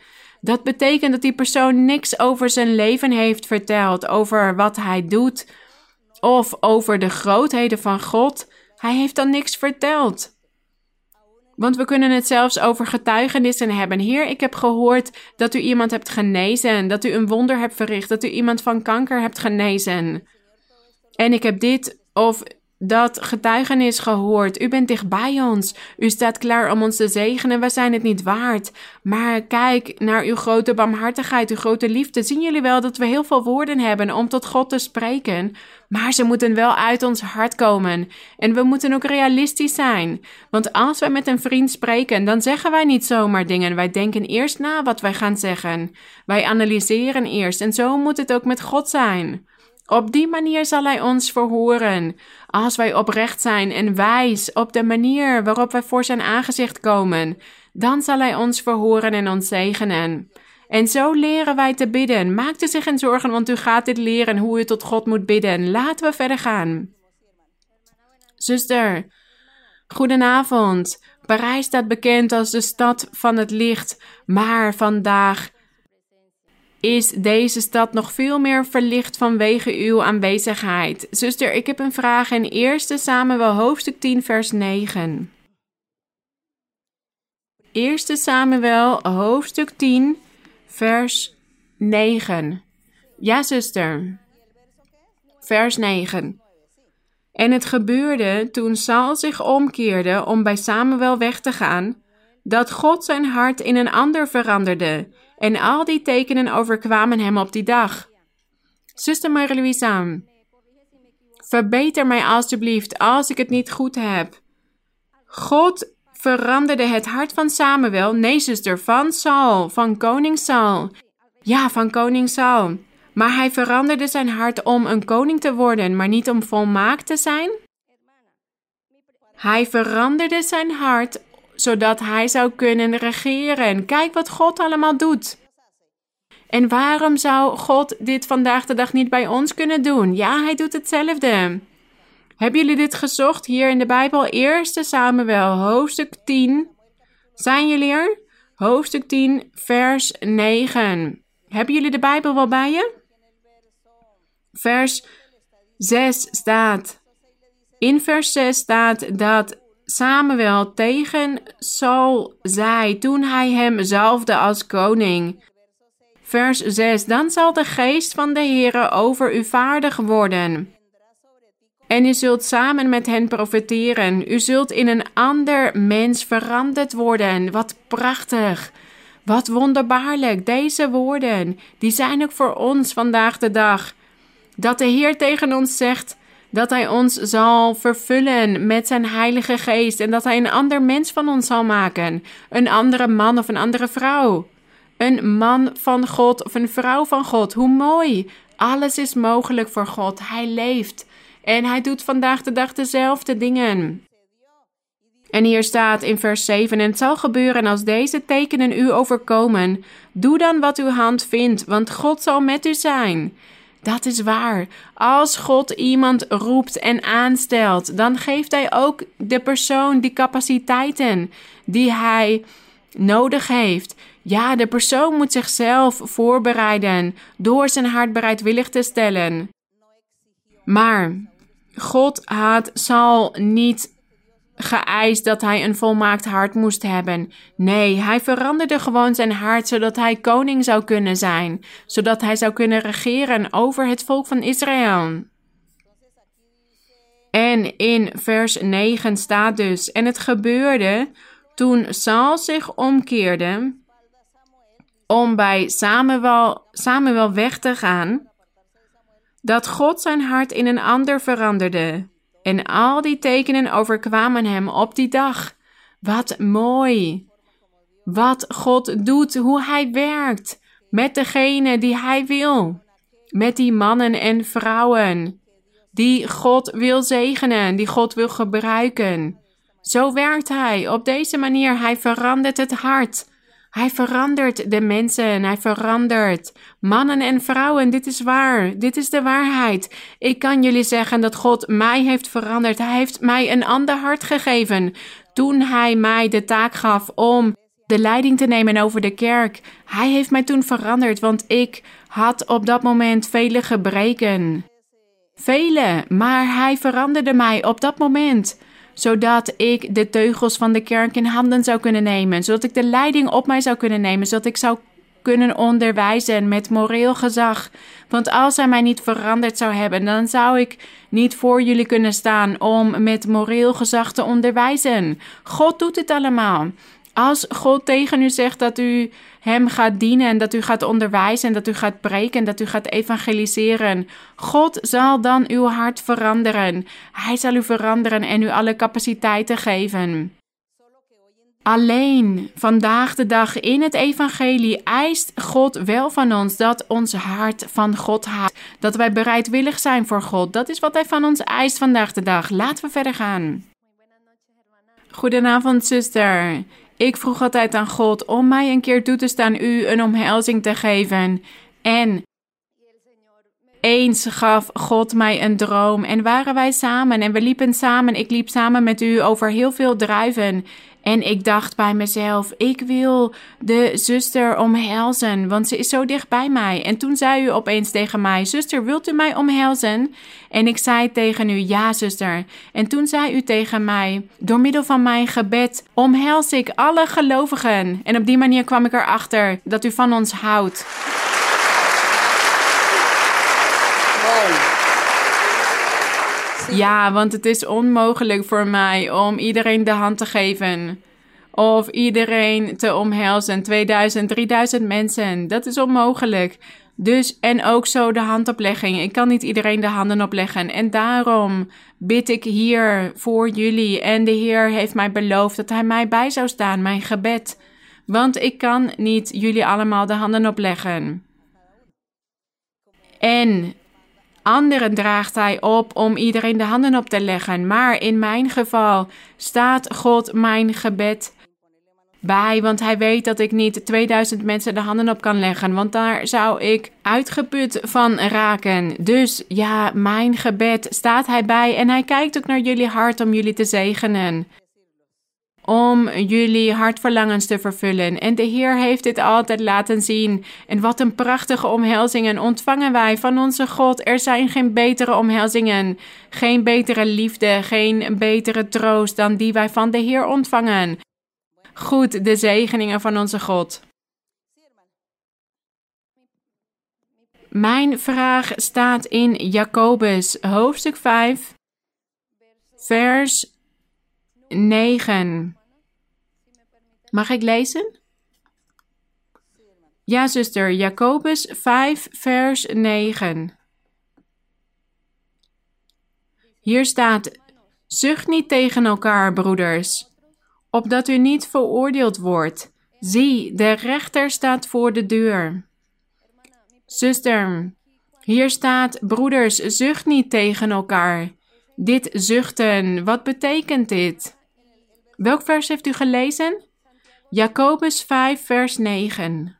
Dat betekent dat die persoon niks over zijn leven heeft verteld, over wat hij doet of over de grootheden van God. Hij heeft dan niks verteld. Want we kunnen het zelfs over getuigenissen hebben. Heer, ik heb gehoord dat u iemand hebt genezen, dat u een wonder hebt verricht, dat u iemand van kanker hebt genezen. En ik heb dit of dat getuigenis gehoord. U bent dichtbij ons. U staat klaar om ons te zegenen. We zijn het niet waard. Maar kijk naar uw grote barmhartigheid, uw grote liefde. Zien jullie wel dat we heel veel woorden hebben om tot God te spreken? Maar ze moeten wel uit ons hart komen. En we moeten ook realistisch zijn. Want als wij met een vriend spreken, dan zeggen wij niet zomaar dingen. Wij denken eerst na wat wij gaan zeggen. Wij analyseren eerst. En zo moet het ook met God zijn. Op die manier zal hij ons verhoren. Als wij oprecht zijn en wijs op de manier waarop wij voor zijn aangezicht komen, dan zal hij ons verhoren en ons zegenen. En zo leren wij te bidden. Maak u zich geen zorgen, want u gaat dit leren hoe u tot God moet bidden. Laten we verder gaan. Zuster, goedenavond. Parijs staat bekend als de stad van het licht, maar vandaag is deze stad nog veel meer verlicht vanwege uw aanwezigheid. Zuster, ik heb een vraag in 1 Samuel hoofdstuk 10 vers 9. 1 Samuel hoofdstuk 10 vers 9. Ja, zuster. Vers 9. En het gebeurde toen Saul zich omkeerde om bij Samuel weg te gaan, dat God zijn hart in een ander veranderde. En al die tekenen overkwamen hem op die dag. Zuster Marie-Louisa, verbeter mij alstublieft als ik het niet goed heb. God veranderde het hart van Samuel. Nee, zuster, van Saul, van koning Saul. Ja, van koning Saul. Maar hij veranderde zijn hart om een koning te worden, maar niet om volmaakt te zijn. Hij veranderde zijn hart zodat hij zou kunnen regeren. Kijk wat God allemaal doet. En waarom zou God dit vandaag de dag niet bij ons kunnen doen? Ja, hij doet hetzelfde. Hebben jullie dit gezocht hier in de Bijbel? 1 Samuel, hoofdstuk 10. Zijn jullie er? Hoofdstuk 10, vers 9. Hebben jullie de Bijbel wel bij je? Vers 6 staat. In vers 6 staat dat Samuel tegen Saul zei toen hij hem zalfde als koning. Vers 6. Dan zal de geest van de Heere over u vaardig worden. En u zult samen met hen profeteren. U zult in een ander mens veranderd worden. Wat prachtig. Wat wonderbaarlijk. Deze woorden, die zijn ook voor ons vandaag de dag. Dat de Heer tegen ons zegt dat hij ons zal vervullen met zijn heilige geest en dat hij een ander mens van ons zal maken. Een andere man of een andere vrouw. Een man van God of een vrouw van God. Hoe mooi. Alles is mogelijk voor God. Hij leeft. En hij doet vandaag de dag dezelfde dingen. En hier staat in vers 7. En het zal gebeuren als deze tekenen u overkomen. Doe dan wat uw hand vindt, want God zal met u zijn. Dat is waar. Als God iemand roept en aanstelt, dan geeft hij ook de persoon die capaciteiten die hij nodig heeft. Ja, de persoon moet zichzelf voorbereiden door zijn hart bereidwillig te stellen. Maar God had Saul niet geëist dat hij een volmaakt hart moest hebben. Nee, hij veranderde gewoon zijn hart zodat hij koning zou kunnen zijn. Zodat hij zou kunnen regeren over het volk van Israël. En in vers 9 staat dus: en het gebeurde toen Saul zich omkeerde om bij Samuel weg te gaan, dat God zijn hart in een ander veranderde. En al die tekenen overkwamen hem op die dag. Wat mooi. Wat God doet, hoe hij werkt. Met degene die hij wil. Met die mannen en vrouwen. Die God wil zegenen, die God wil gebruiken. Zo werkt hij. Op deze manier, hij verandert het hart. Hij verandert de mensen, hij verandert mannen en vrouwen. Dit is waar, dit is de waarheid. Ik kan jullie zeggen dat God mij heeft veranderd. Hij heeft mij een ander hart gegeven toen hij mij de taak gaf om de leiding te nemen over de kerk. Hij heeft mij toen veranderd, want ik had op dat moment vele gebreken. Vele, maar hij veranderde mij op dat moment, zodat ik de teugels van de kerk in handen zou kunnen nemen, zodat ik de leiding op mij zou kunnen nemen, zodat ik zou kunnen onderwijzen met moreel gezag. Want als hij mij niet veranderd zou hebben, dan zou ik niet voor jullie kunnen staan om met moreel gezag te onderwijzen. God doet het allemaal. Als God tegen u zegt dat u hem gaat dienen en dat u gaat onderwijzen en dat u gaat preken en dat u gaat evangeliseren, God zal dan uw hart veranderen. Hij zal u veranderen en u alle capaciteiten geven. Alleen vandaag de dag in het evangelie eist God wel van ons dat ons hart van God houdt. Dat wij bereidwillig zijn voor God. Dat is wat hij van ons eist vandaag de dag. Laten we verder gaan. Goedenavond, zuster. Ik vroeg altijd aan God om mij een keer toe te staan u een omhelzing te geven. En eens gaf God mij een droom en waren wij samen en we liepen samen. Ik liep samen met u over heel veel druiven. En ik dacht bij mezelf, ik wil de zuster omhelzen, want ze is zo dicht bij mij. En toen zei u opeens tegen mij, zuster, wilt u mij omhelzen? En ik zei tegen u, ja, zuster. En toen zei u tegen mij, door middel van mijn gebed omhels ik alle gelovigen. En op die manier kwam ik erachter dat u van ons houdt. Ja, want het is onmogelijk voor mij om iedereen de hand te geven. Of iedereen te omhelzen. 2000, 3000 mensen. Dat is onmogelijk. Dus, en ook zo de handoplegging. Ik kan niet iedereen de handen opleggen. En daarom bid ik hier voor jullie. En de Heer heeft mij beloofd dat hij mij bij zou staan. Mijn gebed. Want ik kan niet jullie allemaal de handen opleggen. En anderen draagt hij op om iedereen de handen op te leggen. Maar in mijn geval staat God mijn gebed bij. Want hij weet dat ik niet 2000 mensen de handen op kan leggen. Want daar zou ik uitgeput van raken. Dus ja, mijn gebed staat hij bij. En hij kijkt ook naar jullie hart om jullie te zegenen. Om jullie hartverlangens te vervullen. En de Heer heeft dit altijd laten zien. En wat een prachtige omhelzingen ontvangen wij van onze God. Er zijn geen betere omhelzingen, geen betere liefde, geen betere troost dan die wij van de Heer ontvangen. Goed, de zegeningen van onze God. Mijn vraag staat in Jacobus, hoofdstuk 5, vers 9. Mag ik lezen? Ja, zuster. Jacobus 5, vers 9. Hier staat: zucht niet tegen elkaar, broeders, opdat u niet veroordeeld wordt. Zie, de rechter staat voor de deur. Zuster, hier staat: broeders, zucht niet tegen elkaar. Dit zuchten, wat betekent dit? Welk vers heeft u gelezen? Jacobus 5, vers 9.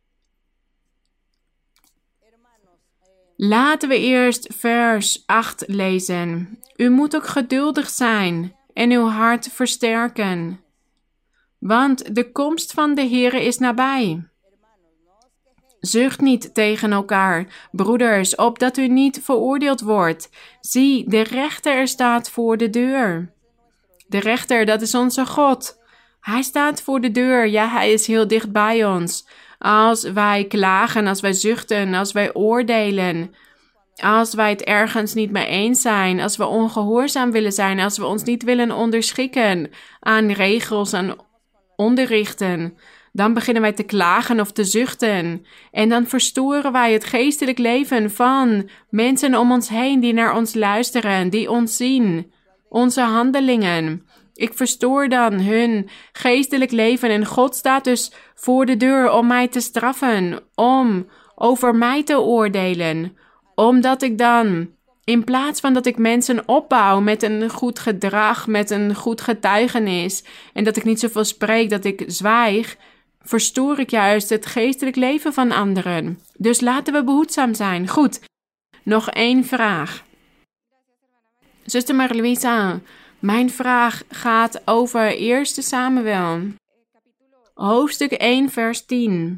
Laten we eerst vers 8 lezen. U moet ook geduldig zijn en uw hart versterken. Want de komst van de Heere is nabij. Zucht niet tegen elkaar, broeders, opdat u niet veroordeeld wordt. Zie, de rechter staat voor de deur. De rechter, dat is onze God. Hij staat voor de deur. Ja, hij is heel dicht bij ons. Als wij klagen, als wij zuchten, als wij oordelen, als wij het ergens niet mee eens zijn, als we ongehoorzaam willen zijn, als we ons niet willen onderschikken aan regels en onderrichten, dan beginnen wij te klagen of te zuchten. En dan verstoren wij het geestelijk leven van mensen om ons heen die naar ons luisteren, die ons zien, onze handelingen. Ik verstoor dan hun geestelijk leven en God staat dus voor de deur om mij te straffen, om over mij te oordelen. Omdat ik dan, in plaats van dat ik mensen opbouw met een goed gedrag, met een goed getuigenis en dat ik niet zoveel spreek, dat ik zwijg, verstoor ik juist het geestelijk leven van anderen. Dus laten we behoedzaam zijn. Goed, nog 1 vraag. Zuster Maria-Louisa, mijn vraag gaat over 1 Samuel, hoofdstuk 1, vers 10.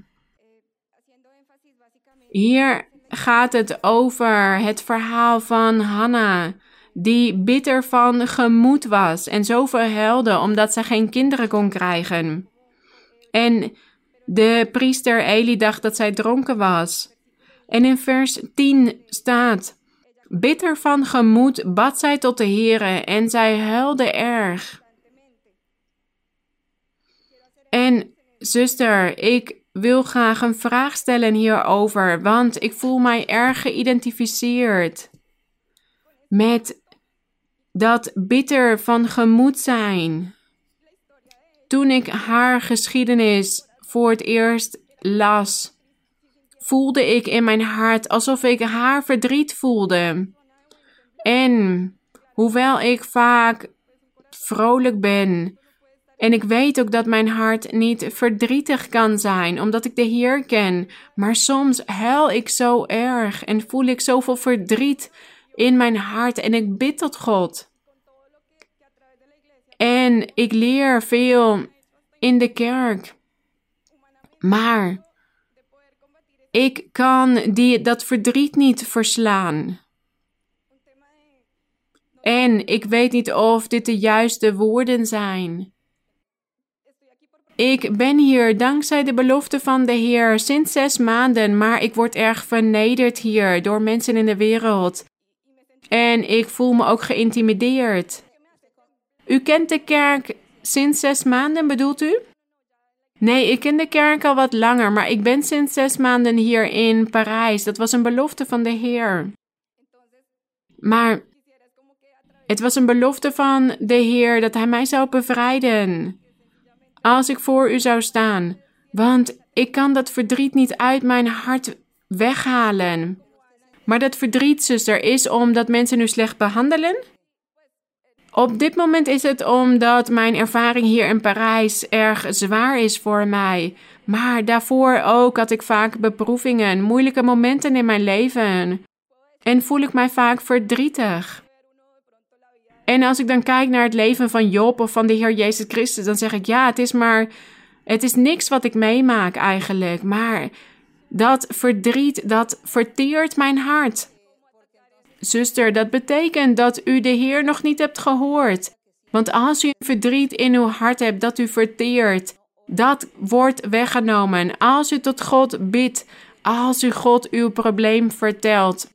Hier gaat het over het verhaal van Hanna, die bitter van gemoed was en zo verhuilde omdat ze geen kinderen kon krijgen. En de priester Eli dacht dat zij dronken was. En in vers 10 staat: bitter van gemoed bad zij tot de Heere en zij huilde erg. En zuster, ik wil graag een vraag stellen hierover, want ik voel mij erg geïdentificeerd met dat bitter van gemoed zijn. Toen ik haar geschiedenis voor het eerst las, voelde ik in mijn hart alsof ik haar verdriet voelde. En hoewel ik vaak vrolijk ben, en ik weet ook dat mijn hart niet verdrietig kan zijn, omdat ik de Heer ken, maar soms huil ik zo erg en voel ik zoveel verdriet in mijn hart en ik bid tot God. En ik leer veel in de kerk, maar ik kan dat verdriet niet verslaan. En ik weet niet of dit de juiste woorden zijn. Ik ben hier dankzij de belofte van de Heer sinds 6 maanden, maar ik word erg vernederd hier door mensen in de wereld. En ik voel me ook geïntimideerd. U kent de kerk sinds 6 maanden, bedoelt u? Nee, ik ken de kerk al wat langer, maar ik ben sinds 6 maanden hier in Parijs. Dat was een belofte van de Heer. Maar het was een belofte van de Heer dat Hij mij zou bevrijden als ik voor u zou staan. Want ik kan dat verdriet niet uit mijn hart weghalen. Maar dat verdriet, zuster, is omdat mensen u slecht behandelen? Op dit moment is het omdat mijn ervaring hier in Parijs erg zwaar is voor mij. Maar daarvoor ook had ik vaak beproevingen, moeilijke momenten in mijn leven. En voel ik mij vaak verdrietig. En als ik dan kijk naar het leven van Job of van de Heer Jezus Christus, dan zeg ik ja, het is niks wat ik meemaak eigenlijk. Maar dat verdriet, dat verteert mijn hart. Zuster, dat betekent dat u de Heer nog niet hebt gehoord. Want als u verdriet in uw hart hebt dat u verteert, dat wordt weggenomen. Als u tot God bidt, als u God uw probleem vertelt,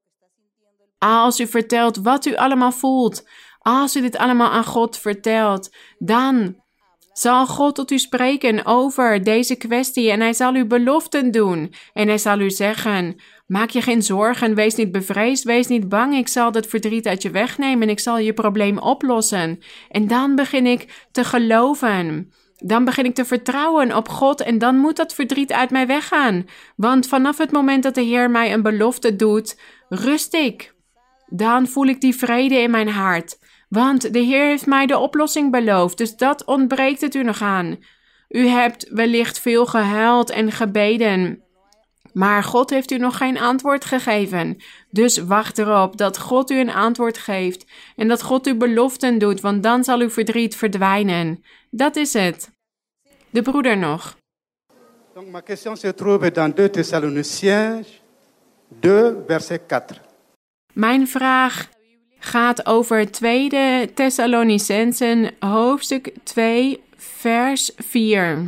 als u vertelt wat u allemaal voelt, als u dit allemaal aan God vertelt, dan zal God tot u spreken over deze kwestie en Hij zal u beloften doen. En Hij zal u zeggen: maak je geen zorgen, wees niet bevreesd, wees niet bang. Ik zal dat verdriet uit je wegnemen en ik zal je probleem oplossen. En dan begin ik te geloven. Dan begin ik te vertrouwen op God en dan moet dat verdriet uit mij weggaan. Want vanaf het moment dat de Heer mij een belofte doet, rust ik. Dan voel ik die vrede in mijn hart. Want de Heer heeft mij de oplossing beloofd, dus dat ontbreekt het u nog aan. U hebt wellicht veel gehuild en gebeden, maar God heeft u nog geen antwoord gegeven. Dus wacht erop dat God u een antwoord geeft en dat God u beloften doet, want dan zal uw verdriet verdwijnen. Dat is het. De broeder nog. Donc ma question se trouve dans 2 Thessaloniciens 2, verset 4. Mijn vraag gaat over 2 Thessalonicensen, hoofdstuk 2, vers 4.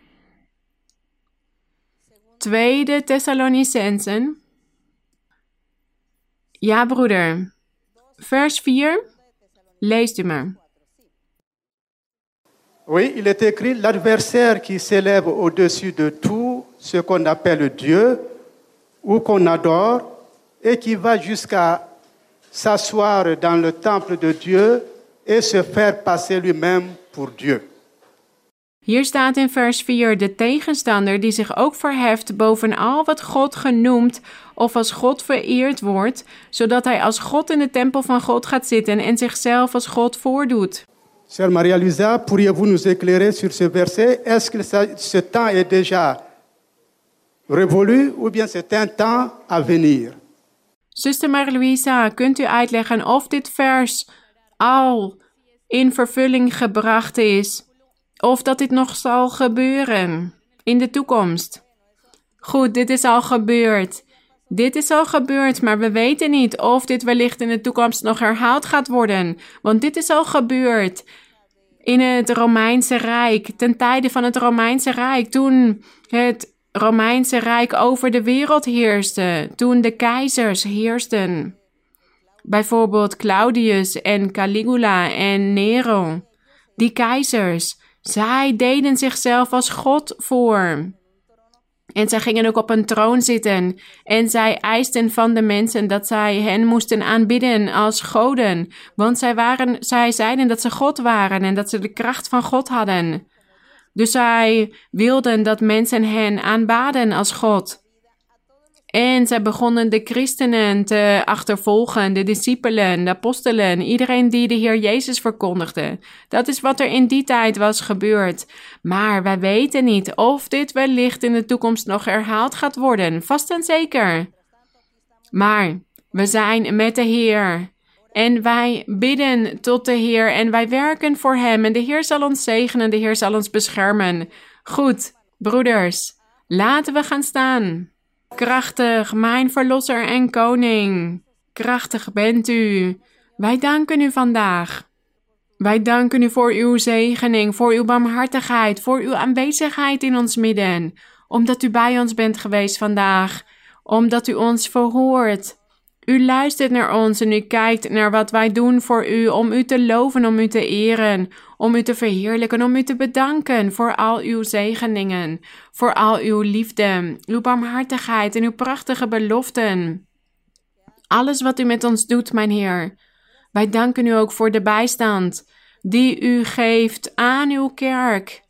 2 Thessalonicensen. Ja, broeder. Vers 4. Leest u maar. Oui, il est écrit: l'adversaire qui s'élève au-dessus de tout ce qu'on appelle Dieu ou qu'on adore et qui va jusqu'à s'asseoir dans le temple de Dieu et se faire passer lui-même pour Dieu. Hier staat in vers 4 de tegenstander die zich ook verheft boven al wat God genoemd of als God vereerd wordt, zodat hij als God in de tempel van God gaat zitten en zichzelf als God voordoet. Sœur Maria-Luisa, pourriez-vous nous éclairer sur ce verset? Est-ce que ce temps est déjà révolu ou bien c'est un temps à venir? Zuster Maria-Luisa, kunt u uitleggen of dit vers al in vervulling gebracht is? Of dat dit nog zal gebeuren in de toekomst. Goed, dit is al gebeurd. Dit is al gebeurd, maar we weten niet of dit wellicht in de toekomst nog herhaald gaat worden. Want dit is al gebeurd in het Romeinse Rijk, ten tijde van het Romeinse Rijk, toen het Romeinse Rijk over de wereld heerste, toen de keizers heersten. Bijvoorbeeld Claudius en Caligula en Nero. Die keizers, zij deden zichzelf als God voor. En zij gingen ook op een troon zitten en zij eisten van de mensen dat zij hen moesten aanbidden als goden. Want zij zeiden dat ze God waren en dat ze de kracht van God hadden. Dus zij wilden dat mensen hen aanbaden als God. En zij begonnen de christenen te achtervolgen, de discipelen, de apostelen, iedereen die de Heer Jezus verkondigde. Dat is wat er in die tijd was gebeurd. Maar wij weten niet of dit wellicht in de toekomst nog herhaald gaat worden, vast en zeker. Maar we zijn met de Heer en wij bidden tot de Heer en wij werken voor Hem en de Heer zal ons zegenen, de Heer zal ons beschermen. Goed, broeders, laten we gaan staan. Krachtig, mijn verlosser en koning. Krachtig bent u. Wij danken u vandaag. Wij danken u voor uw zegening, voor uw barmhartigheid, voor uw aanwezigheid in ons midden. Omdat u bij ons bent geweest vandaag. Omdat u ons verhoort. U luistert naar ons en u kijkt naar wat wij doen voor u, om u te loven, om u te eren, om u te verheerlijken, om u te bedanken voor al uw zegeningen, voor al uw liefde, uw barmhartigheid en uw prachtige beloften. Alles wat u met ons doet, mijn Heer. Wij danken u ook voor de bijstand die u geeft aan uw kerk.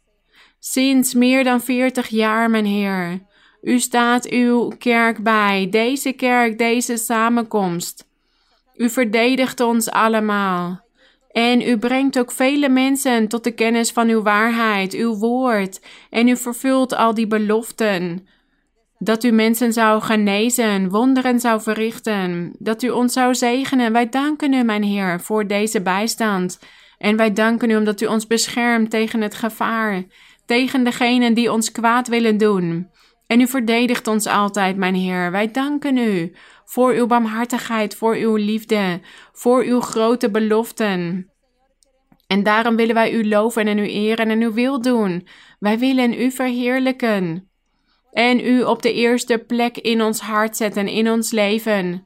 Sinds meer dan 40 jaar, mijn Heer. U staat uw kerk bij, deze kerk, deze samenkomst. U verdedigt ons allemaal. En u brengt ook vele mensen tot de kennis van uw waarheid, uw woord. En u vervult al die beloften. Dat u mensen zou genezen, wonderen zou verrichten. Dat u ons zou zegenen. Wij danken u, mijn Heer, voor deze bijstand. En wij danken u omdat u ons beschermt tegen het gevaar. Tegen degenen die ons kwaad willen doen. En u verdedigt ons altijd, mijn Heer. Wij danken u voor uw barmhartigheid, voor uw liefde, voor uw grote beloften. En daarom willen wij u loven en u eren en uw wil doen. Wij willen u verheerlijken. En u op de eerste plek in ons hart zetten, in ons leven.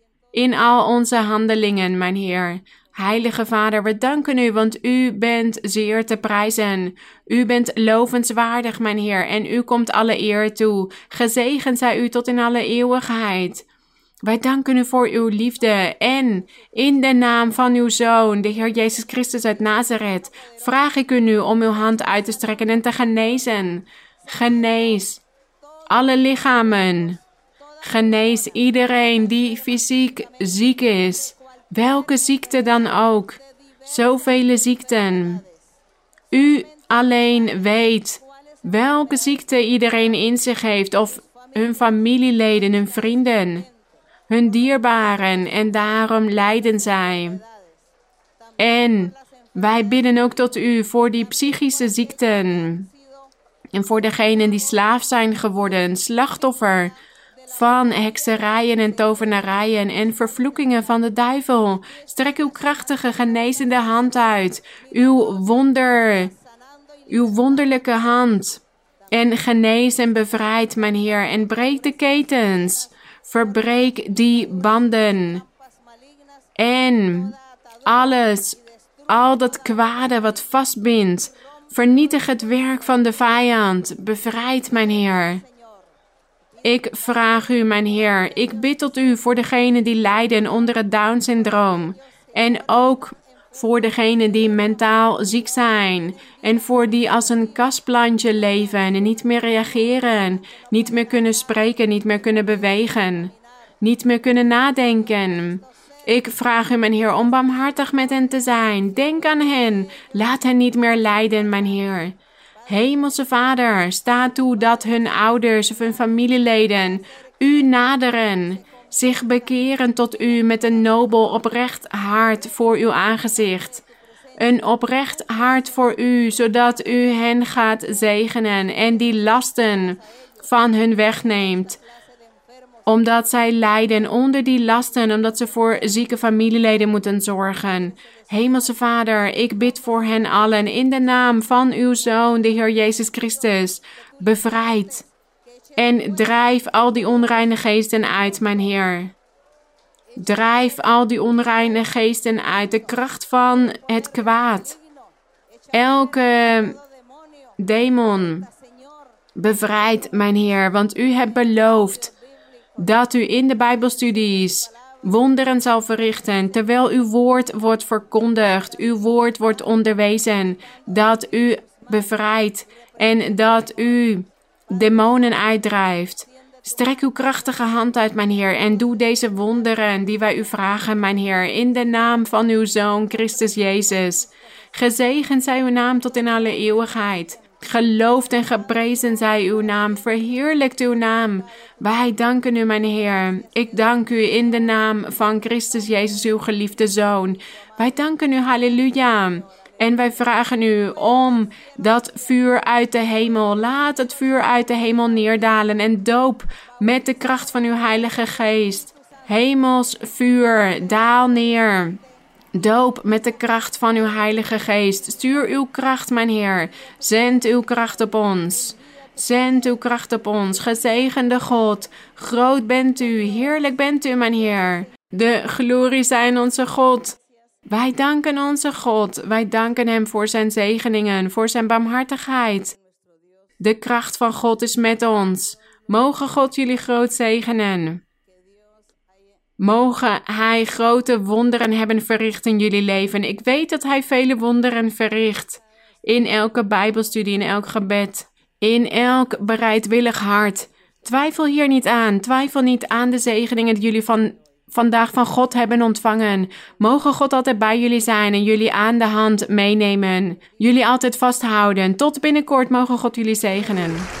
In al onze handelingen, mijn Heer. Heilige Vader, we danken u, want u bent zeer te prijzen. U bent lovenswaardig, mijn Heer, en u komt alle eer toe. Gezegend zij u tot in alle eeuwigheid. Wij danken u voor uw liefde en in de naam van uw Zoon, de Heer Jezus Christus uit Nazareth, vraag ik u nu om uw hand uit te strekken en te genezen. Genees alle lichamen. Genees iedereen die fysiek ziek is. Welke ziekte dan ook. Zoveel ziekten. U alleen weet welke ziekte iedereen in zich heeft. Of hun familieleden, hun vrienden, hun dierbaren. En daarom lijden zij. En wij bidden ook tot u voor die psychische ziekten. En voor degenen die slaaf zijn geworden, slachtoffer van hekserijen en tovenarijen en vervloekingen van de duivel. Strek uw krachtige, genezende hand uit. Uw wonderlijke hand. En genees en bevrijd, mijn Heer. En breek de ketens. Verbreek die banden. En al dat kwade wat vastbindt. Vernietig het werk van de vijand. Bevrijd, mijn Heer. Ik vraag u, mijn Heer, ik bid tot u voor degenen die lijden onder het Down-syndroom. En ook voor degenen die mentaal ziek zijn. En voor die als een kastplantje leven en niet meer reageren. Niet meer kunnen spreken, niet meer kunnen bewegen. Niet meer kunnen nadenken. Ik vraag u, mijn Heer, om barmhartig met hen te zijn. Denk aan hen. Laat hen niet meer lijden, mijn Heer. Hemelse Vader, sta toe dat hun ouders of hun familieleden u naderen, zich bekeren tot u met een nobel, oprecht hart voor uw aangezicht. een oprecht hart voor u, zodat u hen gaat zegenen en die lasten van hun wegneemt. Omdat zij lijden onder die lasten, omdat ze voor zieke familieleden moeten zorgen. Hemelse Vader, ik bid voor hen allen in de naam van uw Zoon, de Heer Jezus Christus. Bevrijd en drijf al die onreine geesten uit, mijn Heer. Drijf al die onreine geesten uit, de kracht van het kwaad. Elke demon bevrijd, mijn Heer, want u hebt beloofd dat u in de Bijbelstudies wonderen zal verrichten, terwijl uw woord wordt verkondigd, uw woord wordt onderwezen, dat u bevrijdt en dat u demonen uitdrijft. Strek uw krachtige hand uit, mijn Heer, en doe deze wonderen die wij u vragen, mijn Heer, in de naam van uw Zoon, Christus Jezus. Gezegend zij uw naam tot in alle eeuwigheid. Geloofd en geprezen zij uw naam, verheerlijkt uw naam. Wij danken u, mijn Heer. Ik dank u in de naam van Christus Jezus, uw geliefde Zoon. Wij danken u, halleluja. En wij vragen u om dat vuur uit de hemel. Laat het vuur uit de hemel neerdalen en doop met de kracht van uw Heilige Geest. Hemels vuur, daal neer. Doop met de kracht van uw Heilige Geest. Stuur uw kracht, mijn Heer. Zend uw kracht op ons. Zend uw kracht op ons. Gezegende God, groot bent u, heerlijk bent u, mijn Heer. De glorie zijn onze God. Wij danken onze God. Wij danken hem voor zijn zegeningen, voor zijn barmhartigheid. De kracht van God is met ons. Mogen God jullie groot zegenen. Mogen hij grote wonderen hebben verricht in jullie leven. Ik weet dat hij vele wonderen verricht. In elke Bijbelstudie, in elk gebed. In elk bereidwillig hart. Twijfel hier niet aan. Twijfel niet aan de zegeningen die jullie vandaag van God hebben ontvangen. Mogen God altijd bij jullie zijn en jullie aan de hand meenemen. Jullie altijd vasthouden. Tot binnenkort mogen God jullie zegenen.